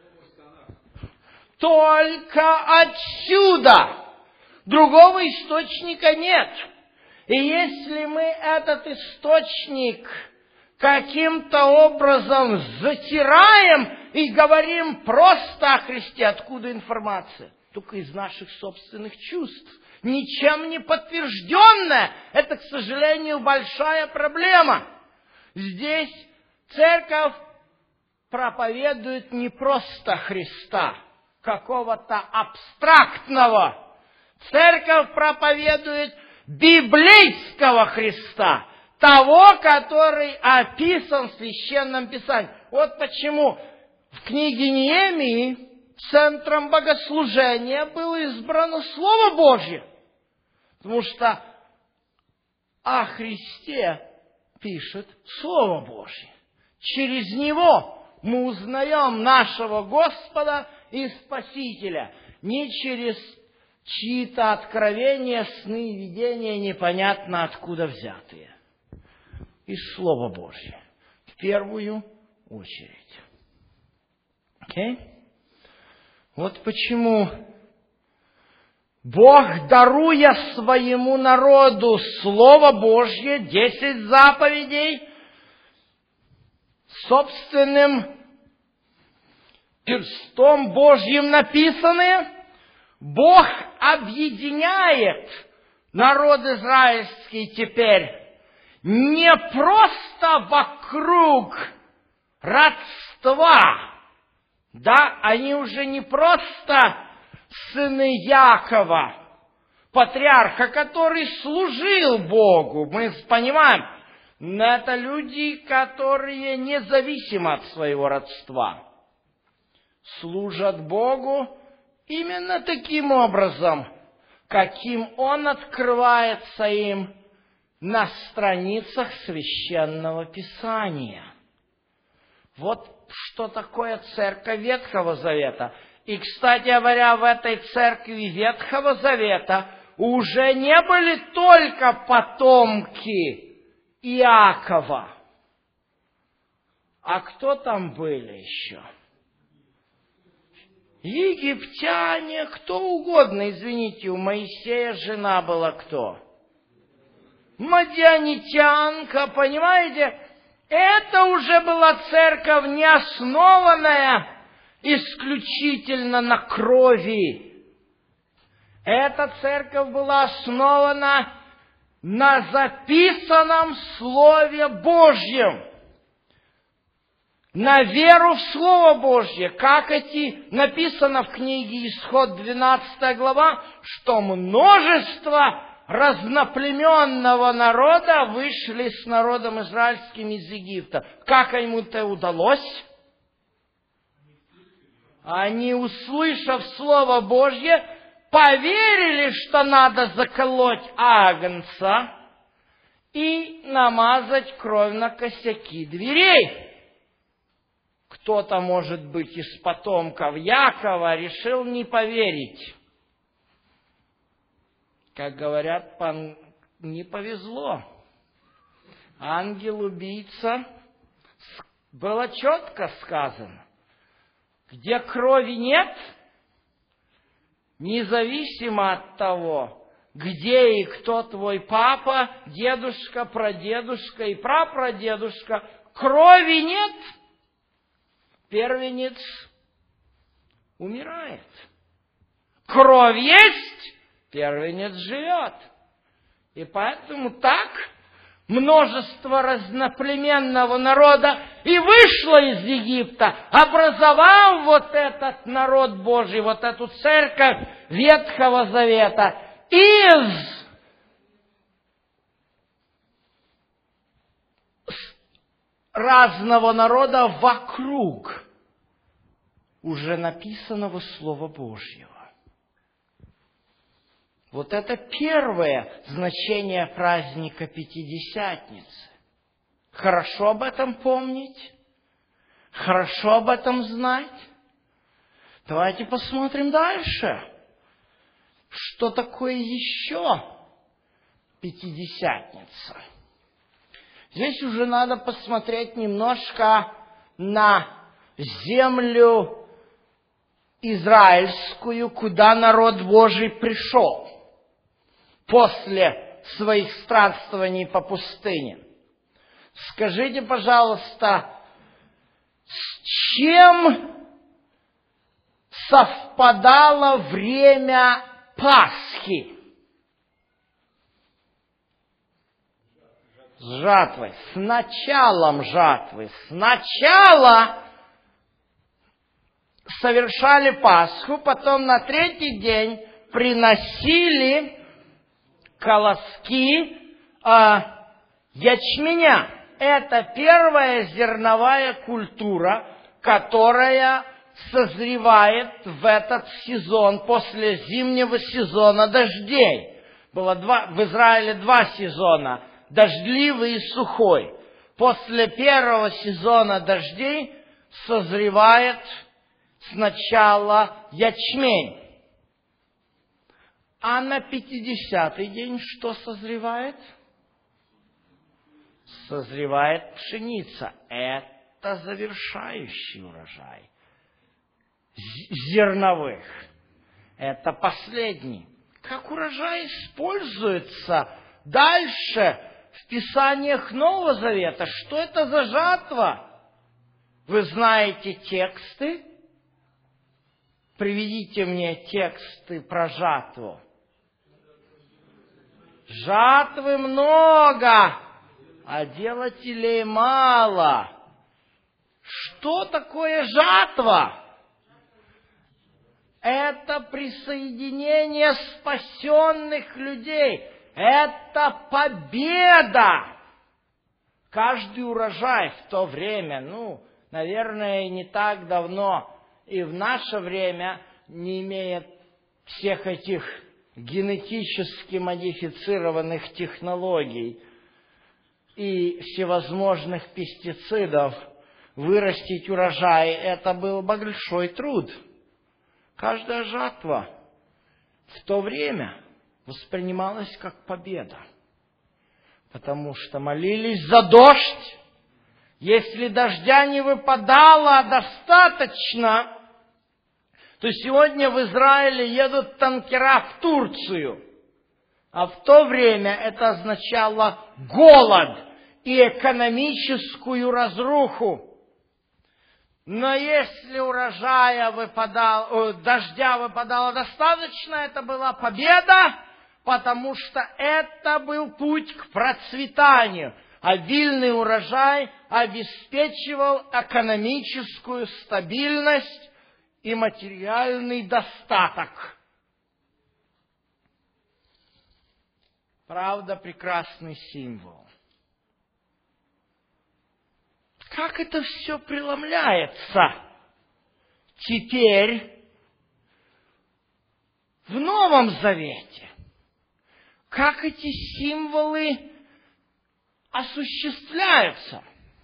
Только отсюда. Другого источника нет. И если мы этот источник каким-то образом затираем и говорим просто о Христе, откуда информация? Только из наших собственных чувств. Ничем не подтвержденная. Это, к сожалению, большая проблема. Здесь церковь проповедует не просто Христа, какого-то абстрактного. Церковь проповедует библейского Христа, того, который описан в Священном Писании. Вот почему в книге Неемии центром богослужения было избрано Слово Божье. Потому что о Христе пишет Слово Божье. Через Него мы узнаем нашего Господа и Спасителя. Не через чьи-то откровения, сны и видения, непонятно откуда взятые. Из Слова Божьего. В первую очередь. Окей? Вот почему Бог, даруя своему народу Слово Божье, 10 заповедей, собственным перстом Божьим написаны, Бог объединяет народ израильский теперь не просто вокруг родства. Да, они уже не просто сыны Якова, патриарха, который служил Богу. Мы понимаем, это люди, которые независимо от своего родства служат Богу именно таким образом, каким Он открывается им на страницах Священного Писания. Вот что такое церковь Ветхого Завета. И, кстати говоря, в этой церкви Ветхого Завета уже не были только потомки Иакова. А кто там были еще? Египтяне, кто угодно, извините, у Моисея жена была кто? Мадианитянка, понимаете? Это уже была церковь, не основанная исключительно на крови. Эта церковь была основана на записанном Слове Божьем, на веру в Слово Божье, как написано в книге Исход 12 глава, что множество разноплеменного народа вышли с народом израильским из Египта. Как им это удалось? Они, услышав Слово Божье, поверили, что надо заколоть агнца и намазать кровь на косяки дверей. Кто-то, может быть, из потомков Якова решил не поверить. Как говорят, не повезло. Ангел-убийца, было четко сказано, где крови нет, независимо от того, где и кто твой папа, дедушка, прадедушка и прапрадедушка, крови нет, первенец умирает. Кровь есть, первенец живет. И поэтому так множество разноплеменного народа и вышло из Египта, образовав вот этот народ Божий, вот эту церковь Ветхого Завета из разного народа вокруг уже написанного Слова Божьего. Вот это первое значение праздника Пятидесятницы. Хорошо об этом помнить, хорошо об этом знать. Давайте посмотрим дальше. Что такое еще Пятидесятница? Здесь уже надо посмотреть немножко на землю израильскую, куда народ Божий пришел после своих странствований по пустыне. Скажите, пожалуйста, с чем совпадало время Пасхи? С жатвой, с началом жатвы. Сначала совершали Пасху, потом на третий день приносили колоски ячменя. Это первая зерновая культура, которая созревает в этот сезон, после зимнего сезона дождей. Было в Израиле 2 сезона, дождливый и сухой. После первого сезона дождей созревает сначала ячмень. А на 50-й день что созревает? Созревает пшеница. Это завершающий урожай зерновых. Это последний. как урожай используется дальше в Писаниях Нового Завета. Что это за жатва? Вы знаете тексты? Приведите мне тексты про жатву. Жатвы много, а делателей мало. Что такое жатва? Это присоединение спасенных людей. Это победа. Каждый урожай в то время, наверное, не так давно и в наше время, не имея всех этих генетически модифицированных технологий и всевозможных пестицидов, вырастить урожай, это был большой труд. Каждая жатва в то время воспринималась как победа, потому что молились за дождь. Если дождя не выпадало достаточно, то сегодня в Израиле едут танкера в Турцию, а в то время это означало голод и экономическую разруху. Но если дождя выпадало достаточно, это была победа, потому что это был путь к процветанию. Обильный урожай обеспечивал экономическую стабильность и материальный достаток. Правда, прекрасный символ. Как это все преломляется теперь в Новом Завете? Как эти символы осуществляются?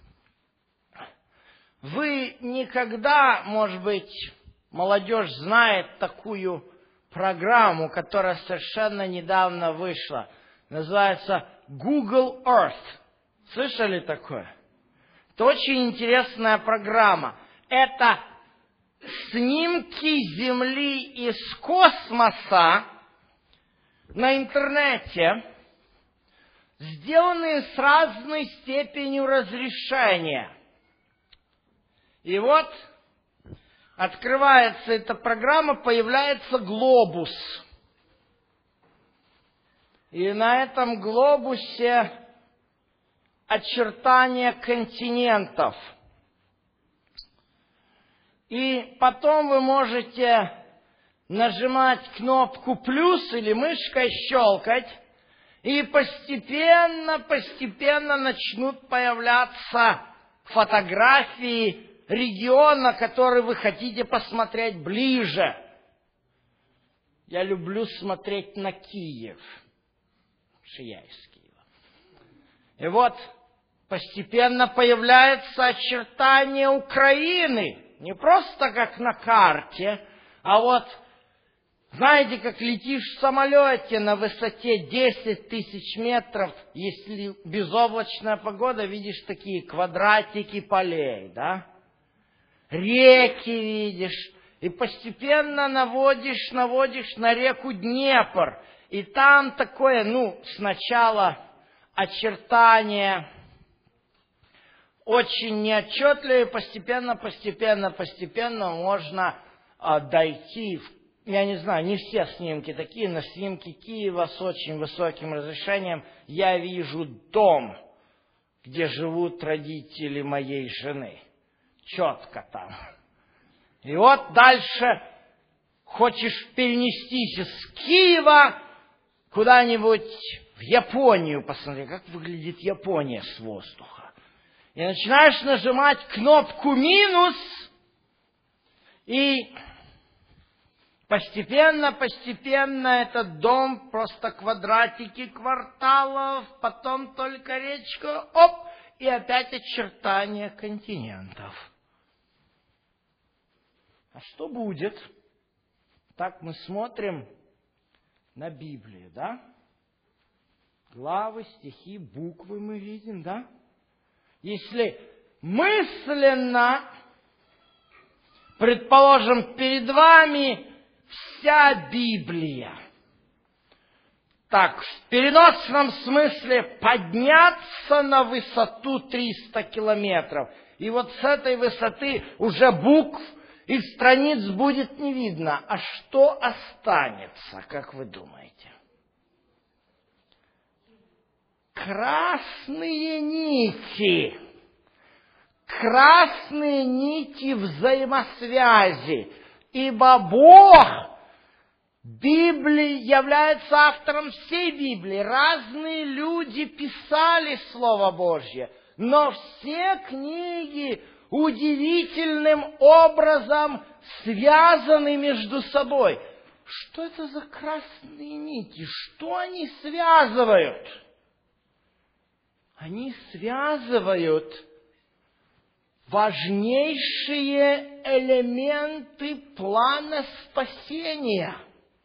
Вы никогда, может быть, молодежь знает такую программу, которая совершенно недавно вышла. Называется Google Earth. Слышали такое? Это очень интересная программа. Это снимки Земли из космоса на интернете, сделанные с разной степенью разрешения. И вот открывается эта программа, появляется глобус. И на этом глобусе очертания континентов. И потом вы можете нажимать кнопку плюс или мышкой щелкать, и постепенно начнут появляться фотографии региона, который вы хотите посмотреть ближе. Я люблю смотреть на Киев, потому что я из Киева. И вот постепенно появляется очертание Украины. Не просто как на карте, а вот, знаете, как летишь в самолете на высоте 10 тысяч метров, если безоблачная погода, видишь такие квадратики полей, да? Реки видишь, и постепенно наводишь на реку Днепр. И там такое, сначала очертания очень неотчетливые, постепенно можно дойти. Я не знаю, не все снимки такие, но снимки Киева с очень высоким разрешением. Я вижу дом, где живут родители моей жены. Четко там. И вот дальше хочешь перенестись из Киева куда-нибудь в Японию, посмотри, как выглядит Япония с воздуха. И начинаешь нажимать кнопку минус, и постепенно этот дом, просто квадратики кварталов, потом только речка, и опять очертания континентов. А что будет? Так мы смотрим на Библию, да? Главы, стихи, буквы мы видим, да? Если мысленно, предположим, перед вами вся Библия, так, в переносном смысле подняться на высоту 300 километров. И вот с этой высоты уже букв и страниц будет не видно. А что останется, как вы думаете? Красные нити. Красные нити взаимосвязи. Ибо Бог Библии является автором всей Библии. Разные люди писали Слово Божье, но все книги удивительным образом связаны между собой. Что это за красные нити? Что они связывают? Они связывают важнейшие элементы плана спасения.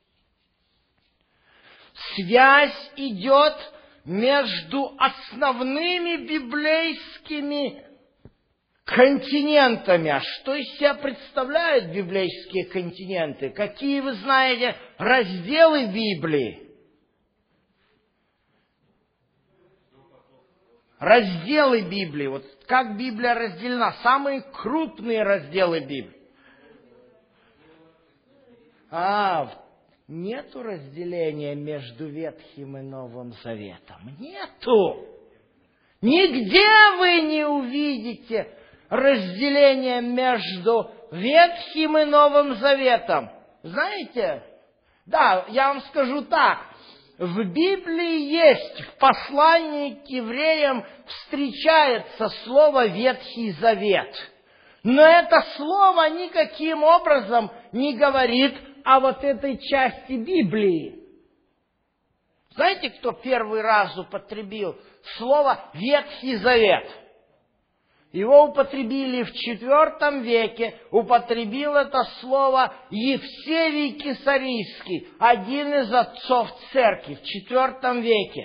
Связь идет между основными библейскими континентами. А что из себя представляют библейские континенты? Какие, вы знаете, разделы Библии? Разделы Библии. Вот как Библия разделена? Самые крупные разделы Библии. Нету разделения между Ветхим и Новым Заветом. Нету. Нигде вы не увидите разделения между Ветхим и Новым Заветом. Знаете? Да, я вам скажу так. В Библии есть, в послании к евреям встречается слово «Ветхий Завет». Но это слово никаким образом не говорит о вот этой части Библии. Знаете, кто первый раз употребил слово «Ветхий Завет»? Его употребили в IV веке, употребил это слово Евсевий Кесарийский, один из отцов церкви в IV веке.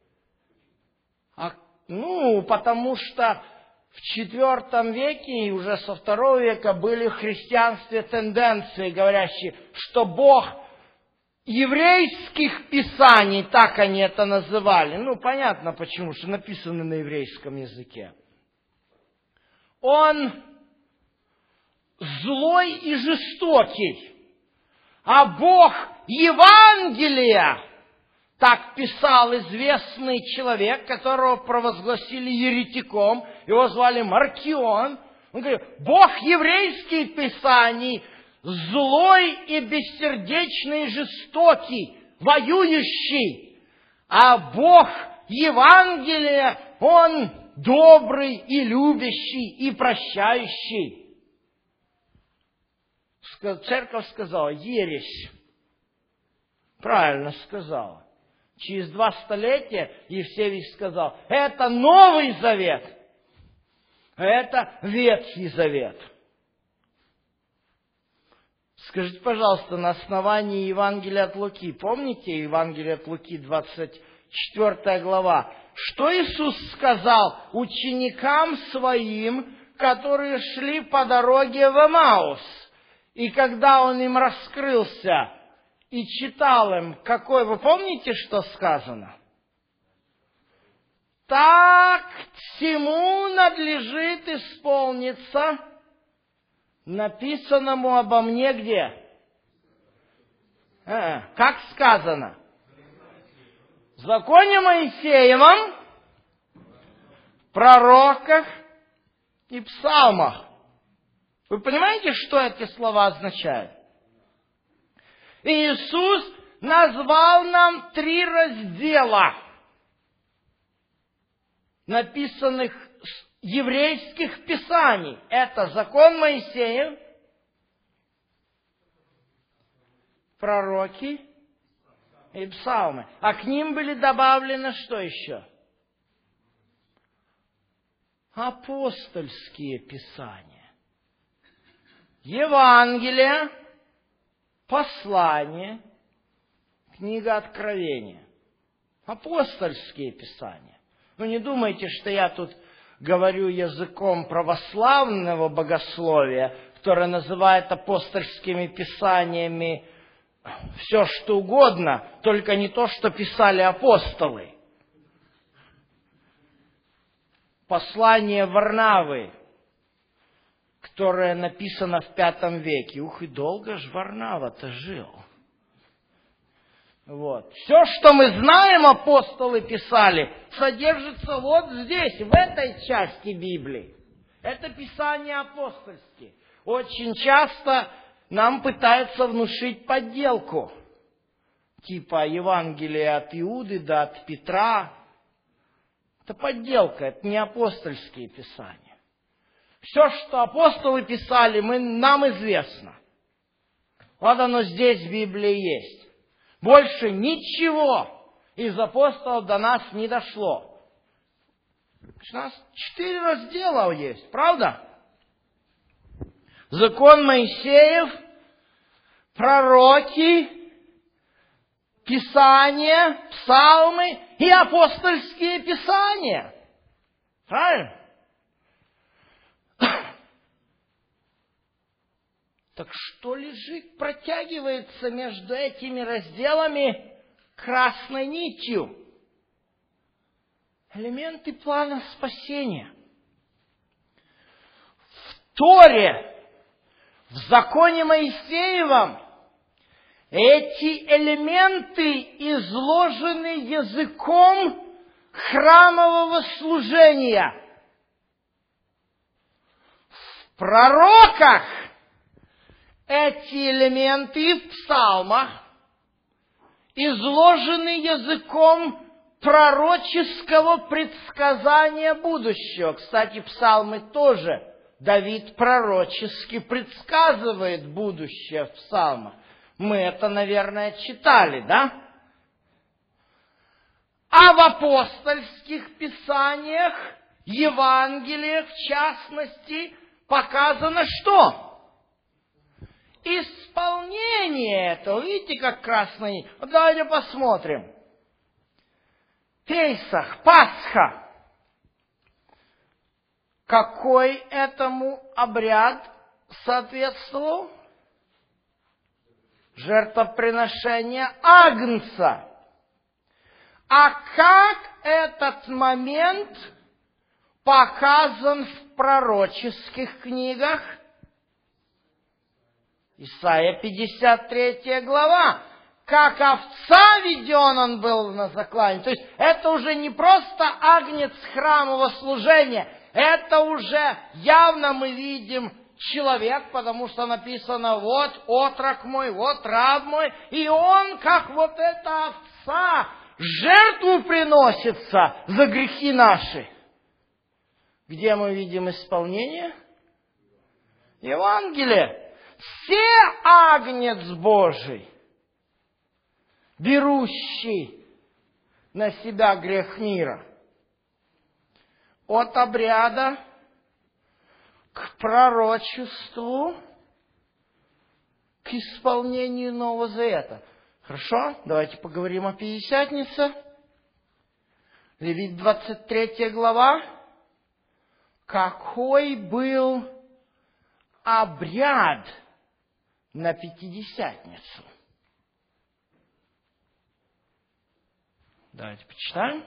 Потому что в IV веке и уже со II века были в христианстве тенденции, говорящие, что Бог еврейских писаний, так они это называли, понятно почему, что написано на еврейском языке. Он злой и жестокий, а Бог Евангелия, так писал известный человек, которого провозгласили еретиком, его звали Маркион. Он говорит, Бог еврейских писаний злой и бессердечный и жестокий, воюющий, а Бог Евангелия, Он добрый и любящий и прощающий. Церковь сказала, ересь. Правильно сказала. Через 2 столетия Евсевий сказал, это Новый Завет, а это Ветхий Завет. Скажите, пожалуйста, на основании Евангелия от Луки, помните Евангелие от Луки, 24 глава, что Иисус сказал ученикам своим, которые шли по дороге в Эмаус? И когда Он им раскрылся и читал им, вы помните, что сказано? Так всему надлежит исполниться написанному обо мне где? Как сказано? В законе Моисеевом, пророках и псалмах. Вы понимаете, что эти слова означают? И Иисус назвал нам 3 раздела, написанных еврейских писаний. Это закон Моисеев, пророки и псалмы. А к ним были добавлены что еще? Апостольские писания. Евангелие, послание, книга Откровения. Апостольские писания. Не думайте, что я тут говорю языком православного богословия, которое называет апостольскими писаниями все что угодно, только не то, что писали апостолы. Послание Варнавы, которое написано в V веке. Ух, и долго ж Варнава-то жил. Вот. Все, что мы знаем, апостолы писали, содержится вот здесь, в этой части Библии. Это Писание апостольские. Очень часто нам пытаются внушить подделку. Типа Евангелие от Иуды да от Петра. Это подделка, это не апостольские писания. Все, что апостолы писали, нам известно. Вот оно здесь в Библии есть. Больше ничего из апостолов до нас не дошло. У нас 4 раздела есть, правда? Закон Моисеев, пророки, Писания, псалмы и апостольские писания. Правильно? Так что лежит, протягивается между этими разделами красной нитью? Элементы плана спасения. В Торе, в законе Моисеевом, эти элементы изложены языком храмового служения. В пророках эти элементы в псалмах изложены языком пророческого предсказания будущего. Кстати, псалмы тоже. Давид пророчески предсказывает будущее в псалмах. Мы это, наверное, читали, да? А в апостольских писаниях, Евангелиях в частности, показано что? Исполнение этого. Видите, как красный? Вот давайте посмотрим. Песах, Пасха. Какой этому обряд соответствовал? Жертвоприношение агнца. А как этот момент показан в пророческих книгах? Исайя 53 глава. Как овца веден он был на заклание. То есть это уже не просто агнец храмового служения. Это уже явно мы видим человек, потому что написано, вот отрок мой, вот раб мой. И он, как вот эта овца, жертву приносится за грехи наши. Где мы видим исполнение? Евангелие. Все агнец Божий, берущий на себя грех мира. От обряда к пророчеству, к исполнению Нового Завета. Хорошо? Давайте поговорим о Пятидесятнице. Левит 23 глава. Какой был обряд на Пятидесятницу? Давайте почитаем.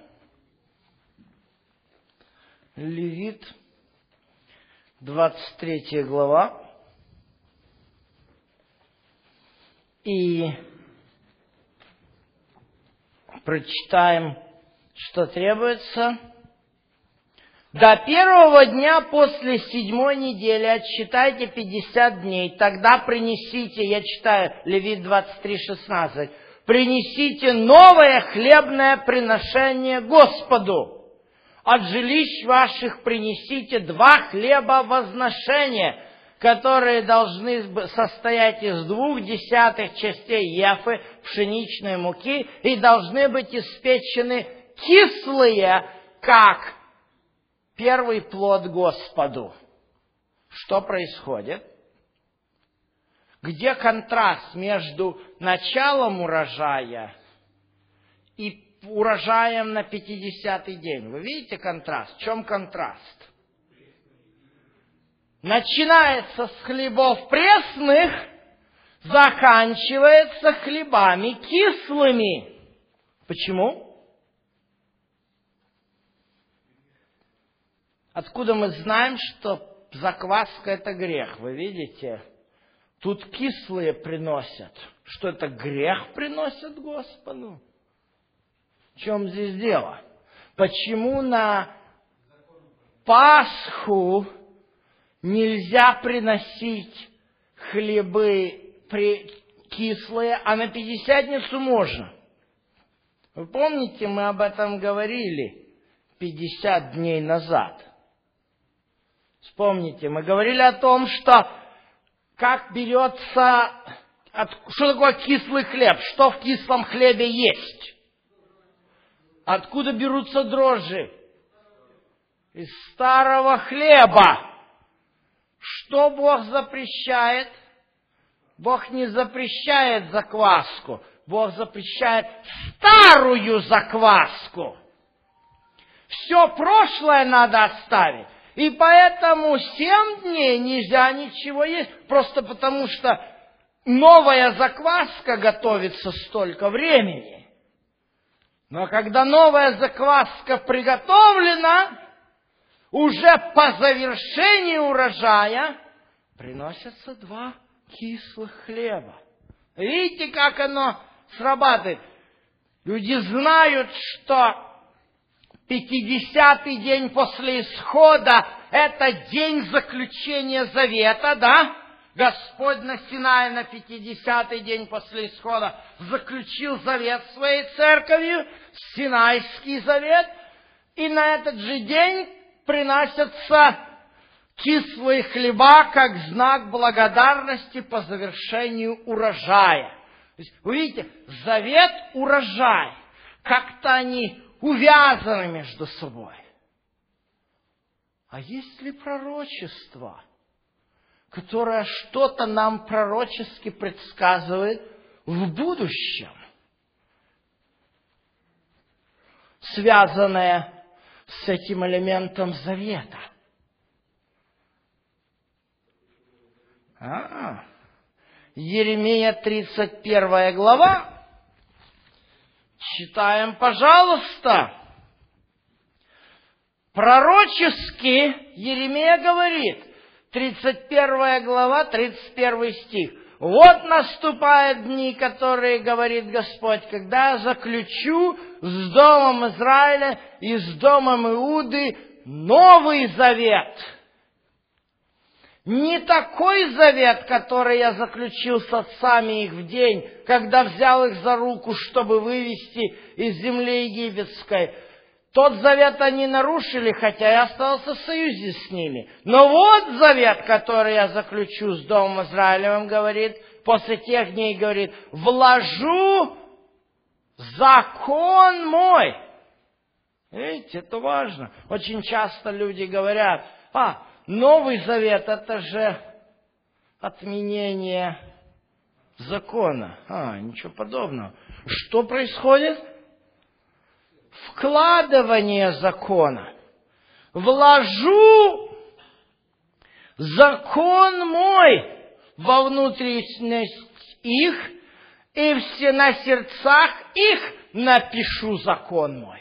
Левит, 23 глава. И прочитаем, что требуется. До первого дня после 7-й недели отсчитайте 50 дней. Тогда принесите, я читаю Левит 23:16, принесите новое хлебное приношение Господу. От жилищ ваших принесите 2 хлеба возношения, которые должны состоять из 2/10 частей ефы пшеничной муки и должны быть испечены кислые, как первый плод Господу. Что происходит? Где контраст между началом урожая и урожаем на 50-й день? Вы видите контраст? В чем контраст? Начинается с хлебов пресных, заканчивается хлебами кислыми. Почему? Откуда мы знаем, что закваска – это грех? Вы видите? Тут кислые приносят. Что это, грех приносят Господу? В чем здесь дело? Почему на Пасху нельзя приносить хлебы кислые, а на Пятидесятницу можно? Вы помните, мы об этом говорили 50 дней назад. Вспомните, мы говорили о том, что как берется, что такое кислый хлеб, что в кислом хлебе есть. Откуда берутся дрожжи? Из старого хлеба. Что Бог запрещает? Бог не запрещает закваску. Бог запрещает старую закваску. Все прошлое надо оставить. И поэтому 7 дней нельзя ничего есть. Просто потому, что новая закваска готовится столько времени. Но когда новая закваска приготовлена, уже по завершении урожая приносятся 2 кислых хлеба. Видите, как оно срабатывает? Люди знают, что 50-й день после исхода – это день заключения завета, да? Господь на Синае на 50-й день после исхода заключил завет своей церковью, Синайский завет, и на этот же день приносятся кислые хлеба как знак благодарности по завершению урожая. То есть, вы видите, завет, урожай, как-то они увязаны между собой. А есть ли пророчество, которое что-то нам пророчески предсказывает в будущем, связанное с этим элементом завета? Еремия 31 глава. Читаем, пожалуйста. Пророчески Еремия говорит, 31 глава, 31 стих. «Вот наступают дни, которые, говорит Господь, когда я заключу с домом Израиля и с домом Иуды новый завет». Не такой завет, который я заключил с отцами их в день, когда взял их за руку, чтобы вывести из земли египетской. Тот завет они нарушили, хотя я остался в союзе с ними. Но вот завет, который я заключу с домом Израилевым, говорит, после тех дней, говорит, вложу закон мой. Видите, это важно. Очень часто люди говорят, Новый Завет – это же отменение закона. Ничего подобного. Что происходит? Вкладывание закона. Вложу закон мой во внутренность их, и все на сердцах их напишу закон мой.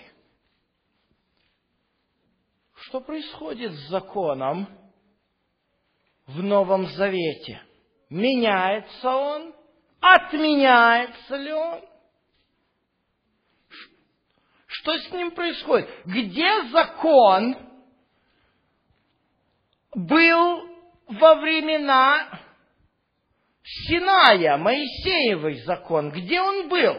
Что происходит с законом в Новом Завете? Меняется он? Отменяется ли он? Что с ним происходит? Где закон был во времена Синая, Моисеевый закон? Где он был?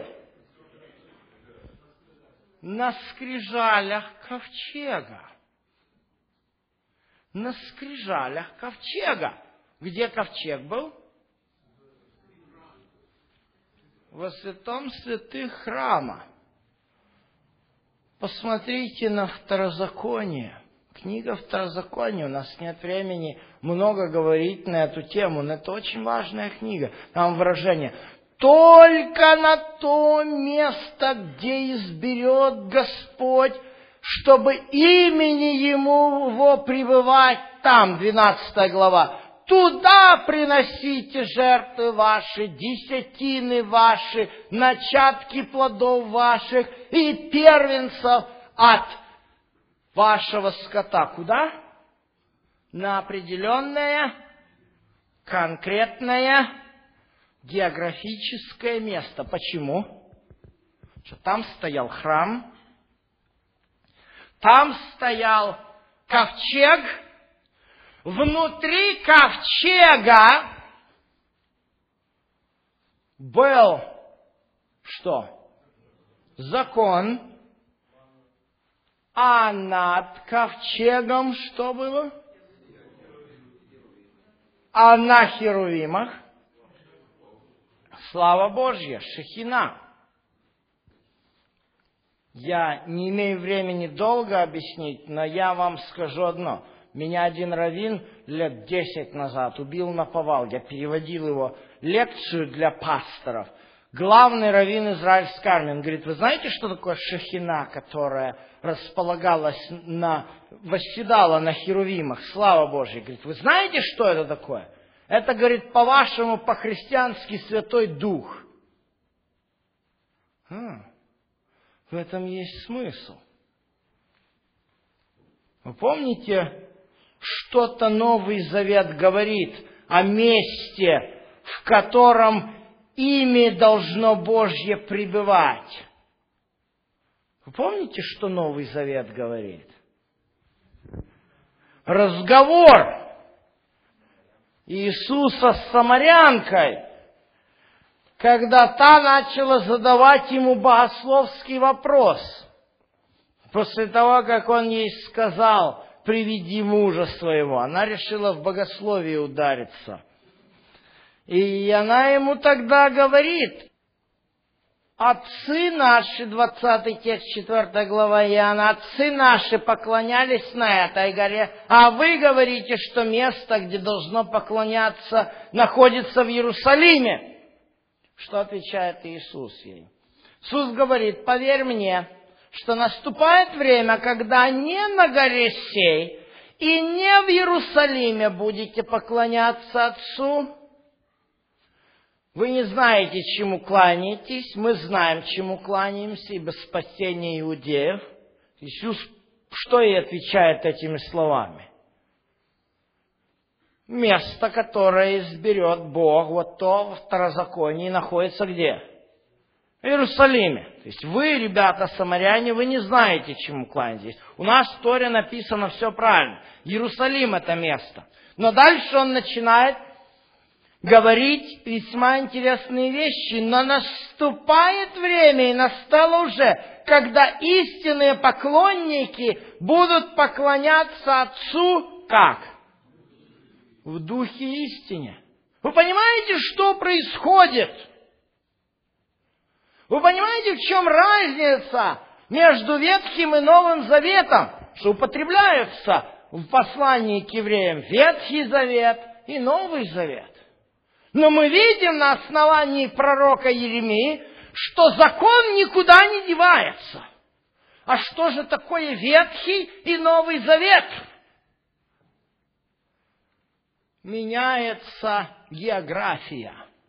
На скрижалях ковчега. На скрижалях ковчега. Где ковчег был? Во святом святых храма. Посмотрите на Второзаконие. Книга Второзакония. У нас нет времени много говорить на эту тему, но это очень важная книга. Там выражение: только на то место, где изберет Господь, чтобы имени Его пребывать, там, 12 глава, туда приносите жертвы ваши, десятины ваши, начатки плодов ваших и первенцев от вашего скота». Куда? На определенное, конкретное, географическое место. Почему? Что там стоял храм, там стоял ковчег, внутри ковчега был что? Закон. А над ковчегом что было? А на херувимах? Слава Божья, Шехина. Я не имею времени долго объяснить, но я вам скажу одно. Меня один раввин лет 10 назад убил наповал. Я переводил его лекцию для пасторов. Главный раввин израильской армии. Он говорит: вы знаете, что такое Шехина, которая восседала на херувимах? Слава Божья. Говорит: вы знаете, что это такое? Это, говорит, по-вашему, по-христиански Святой Дух. В этом есть смысл. Вы помните, что-то Новый Завет говорит о месте, в котором имя должно Божье пребывать. Вы помните, что Новый Завет говорит? Разговор Иисуса с самарянкой, когда та начала задавать ему богословский вопрос. После того, как он ей сказал: приведи мужа своего, она решила в богословие удариться. И она ему тогда говорит: отцы наши, 20 текст, 4 глава Иоанна, отцы наши поклонялись на этой горе, а вы говорите, что место, где должно поклоняться, находится в Иерусалиме. Что отвечает Иисус ей? Иисус говорит: поверь мне, что наступает время, когда не на горе сей и не в Иерусалиме будете поклоняться Отцу. Вы не знаете, чему кланяетесь, мы знаем, чему кланяемся, ибо спасение иудеев. Иисус что ей отвечает этими словами? Место, которое изберет Бог, вот то во Второзаконии находится где? В Иерусалиме. То есть вы, ребята, самаряне, вы не знаете, чему кланяетесь. У нас в Торе написано все правильно. Иерусалим — это место. Но дальше он начинает говорить весьма интересные вещи. Но наступает время, и настало уже, когда истинные поклонники будут поклоняться Отцу как? В духе истине. Вы понимаете, что происходит? Вы понимаете, в чем разница между Ветхим и Новым Заветом? Что употребляются в послании к евреям Ветхий Завет и Новый Завет. Но мы видим на основании пророка Иеремии, что закон никуда не девается. А что же такое Ветхий и Новый Завет? Меняется география.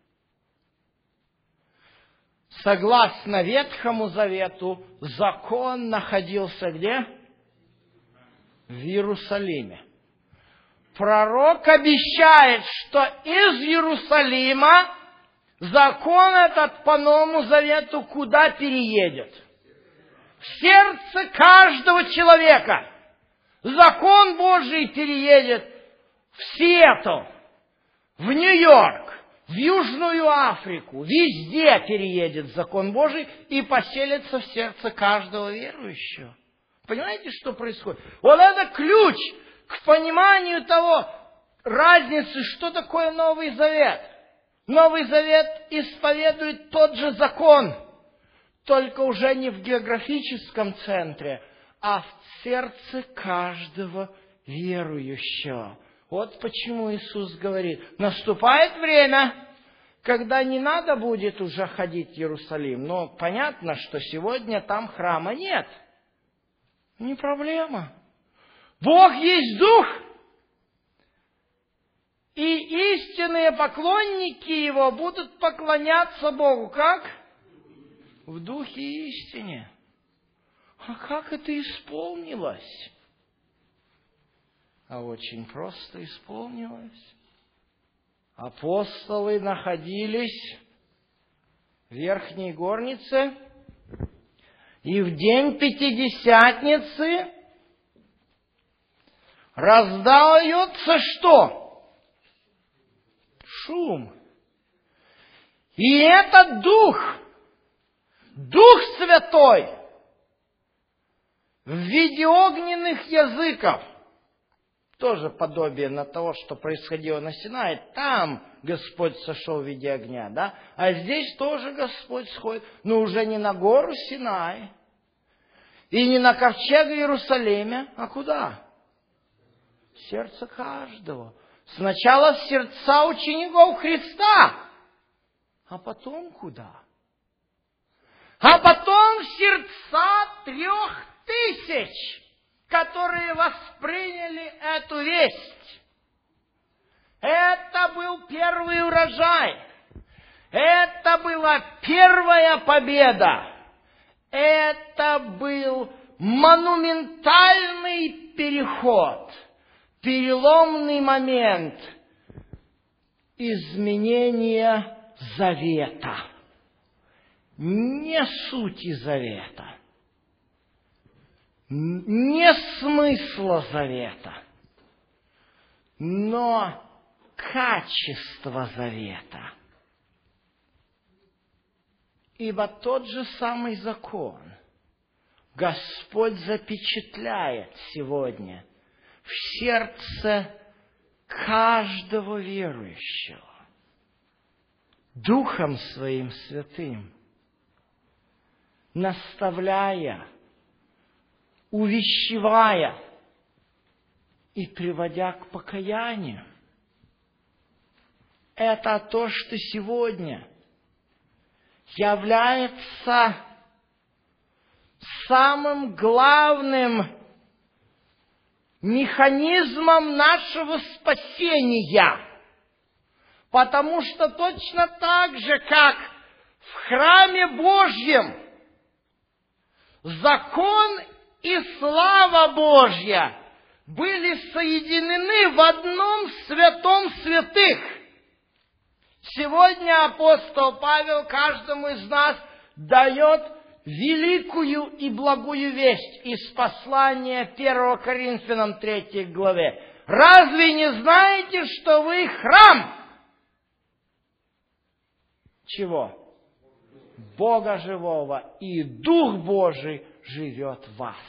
Согласно Ветхому Завету, закон находился где? В Иерусалиме. Пророк обещает, что из Иерусалима закон этот по Новому Завету куда переедет? В сердце каждого человека. Закон Божий переедет в Сиэтл, в Нью-Йорк, в Южную Африку. Везде переедет закон Божий и поселится в сердце каждого верующего. Понимаете, что происходит? Вот это ключ к пониманию того разницы, что такое Новый Завет. Новый Завет исповедует тот же закон, только уже не в географическом центре, а в сердце каждого верующего. Вот почему Иисус говорит: наступает время, когда не надо будет уже ходить в Иерусалим. Но понятно, что сегодня там храма нет. Не проблема. Бог есть Дух. И истинные поклонники Его будут поклоняться Богу. Как? В духе и истине. А как это исполнилось? А очень просто исполнилось. Апостолы находились в верхней горнице, и в день Пятидесятницы раздается что? Шум. И этот Дух Святой в виде огненных языков, тоже подобие на того, что происходило на Синае. Там Господь сошел в виде огня, да? А здесь тоже Господь сходит, но уже не на гору Синай, и не на ковчег в Иерусалиме, а куда? В сердце каждого. Сначала в сердца учеников Христа, а потом куда? А потом в сердца 3000, которые восприняли эту весть. Это был первый урожай. Это была первая победа. Это был монументальный переход, переломный момент изменения завета. Не сути завета, не смысла завета, но качество завета. Ибо тот же самый закон Господь запечатляет сегодня в сердце каждого верующего Духом Своим Святым, наставляя, увещевая и приводя к покаянию. Это то, что сегодня является самым главным механизмом нашего спасения. Потому что точно так же, как в храме Божьем закон и слава Божья были соединены в одном святом святых. Сегодня апостол Павел каждому из нас дает великую и благую весть из послания 1 Коринфянам 3 главе. Разве не знаете, что вы храм? Чего? Бога живого, и Дух Божий живет в вас.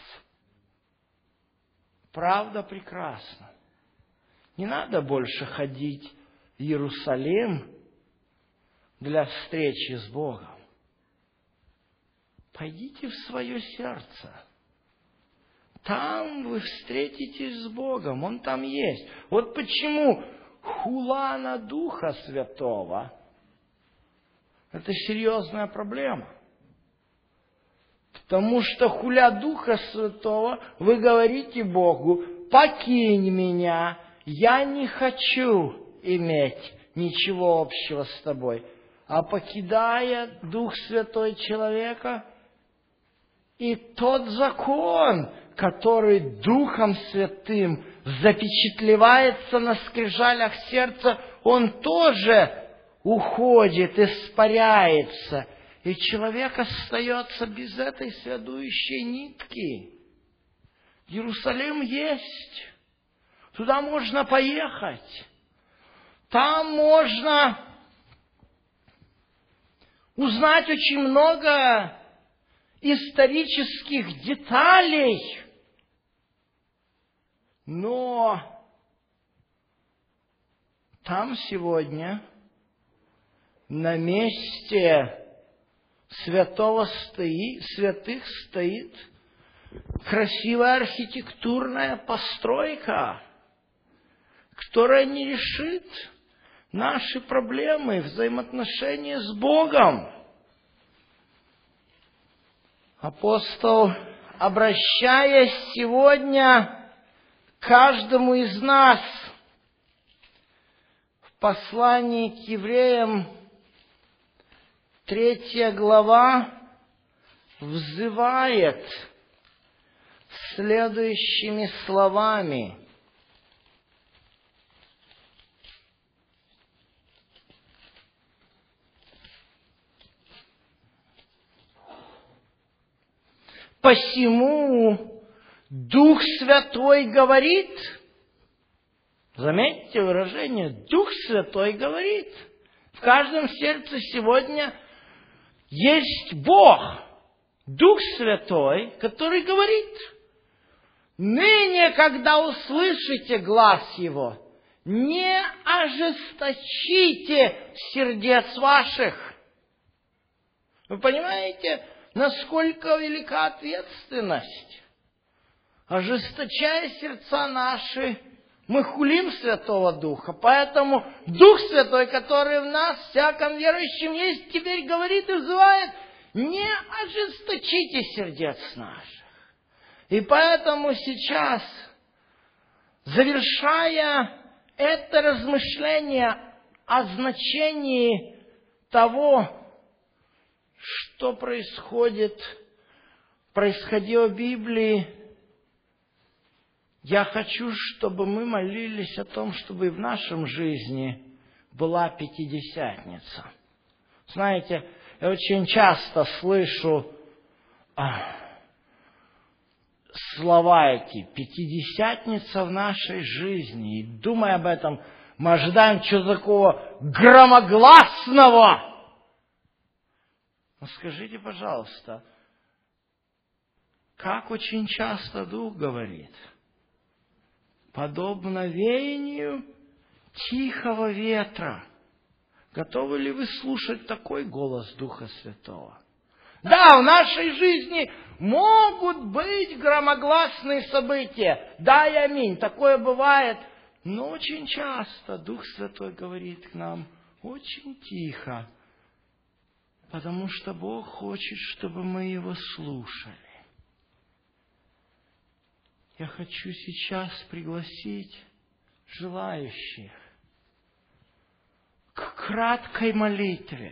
Правда прекрасна. Не надо больше ходить в Иерусалим для встречи с Богом. Пойдите в свое сердце. Там вы встретитесь с Богом. Он там есть. Вот почему хула на Духа Святого — это серьезная проблема. Потому что, хуля Духа Святого, вы говорите Богу: покинь меня, я не хочу иметь ничего общего с тобой. А покидая Дух Святой человека, и тот закон, который Духом Святым запечатлевается на скрижалях сердца, он тоже уходит, испаряется. И человек остается без этой связующей нитки. Иерусалим есть. Туда можно поехать. Там можно узнать очень много исторических деталей. Но там сегодня на месте святых стоит красивая архитектурная постройка, которая не решит наши проблемы, взаимоотношения с Богом. Апостол, обращаясь сегодня к каждому из нас, В послании к евреям 3 глава взывает следующими словами. Посему Дух Святой говорит, заметьте выражение, Дух Святой говорит, в каждом сердце сегодня есть Бог, Дух Святой, который говорит, ныне, когда услышите глас Его, не ожесточите сердец ваших. Вы понимаете, насколько велика ответственность? Ожесточая сердца наши, мы хулим Святого Духа. Поэтому Дух Святой, который в нас, всяком верующем есть, теперь говорит и взывает, не ожесточите сердец наших. И поэтому сейчас, завершая это размышление о значении того, что происходило в Библии, я хочу, чтобы мы молились о том, чтобы и в нашем жизни была Пятидесятница. Знаете, я очень часто слышу слова эти «Пятидесятница в нашей жизни». И думая об этом, мы ожидаем чего-то такого громогласного. Но скажите, пожалуйста, как очень часто Дух говорит? Подобно веянию тихого ветра. Готовы ли вы слушать такой голос Духа Святого? Да, в нашей жизни могут быть громогласные события. Да и аминь, такое бывает. Но очень часто Дух Святой говорит к нам очень тихо. Потому что Бог хочет, чтобы мы Его слушали. Я хочу сейчас пригласить желающих к краткой молитве.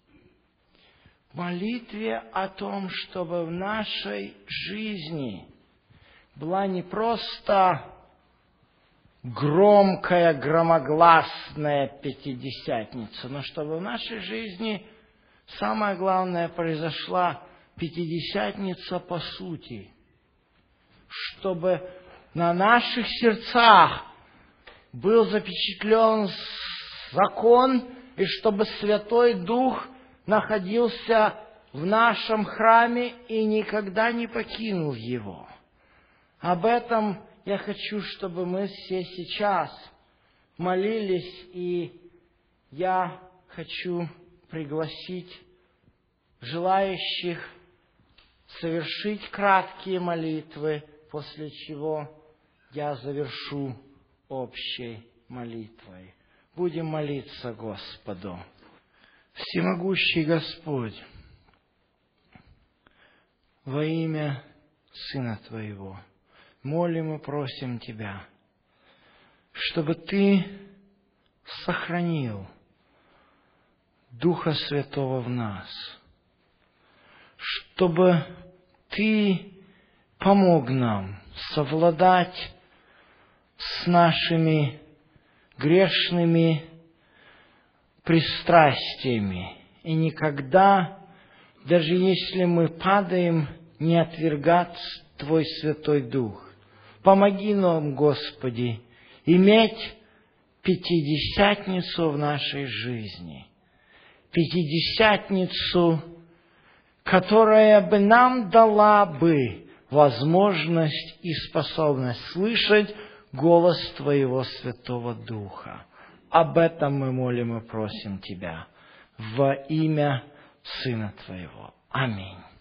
Молитве о том, чтобы в нашей жизни была не просто громкая, громогласная Пятидесятница, но чтобы в нашей жизни самое главное произошла Пятидесятница по сути. Чтобы на наших сердцах был запечатлен закон, и чтобы Святой Дух находился в нашем храме и никогда не покинул его. Об этом я хочу, чтобы мы все сейчас молились, и я хочу пригласить желающих совершить краткие молитвы, после чего я завершу общей молитвой. Будем молиться Господу. Всемогущий Господь, во имя Сына Твоего, молим и просим Тебя, чтобы Ты сохранил Духа Святого в нас, чтобы Ты помог нам совладать с нашими грешными пристрастиями. И никогда, даже если мы падаем, не отвергать Твой Святой Дух. Помоги нам, Господи, иметь Пятидесятницу в нашей жизни. Пятидесятницу, которая бы нам дала бы возможность и способность слышать голос Твоего Святого Духа. Об этом мы молим и просим Тебя во имя Сына Твоего. Аминь.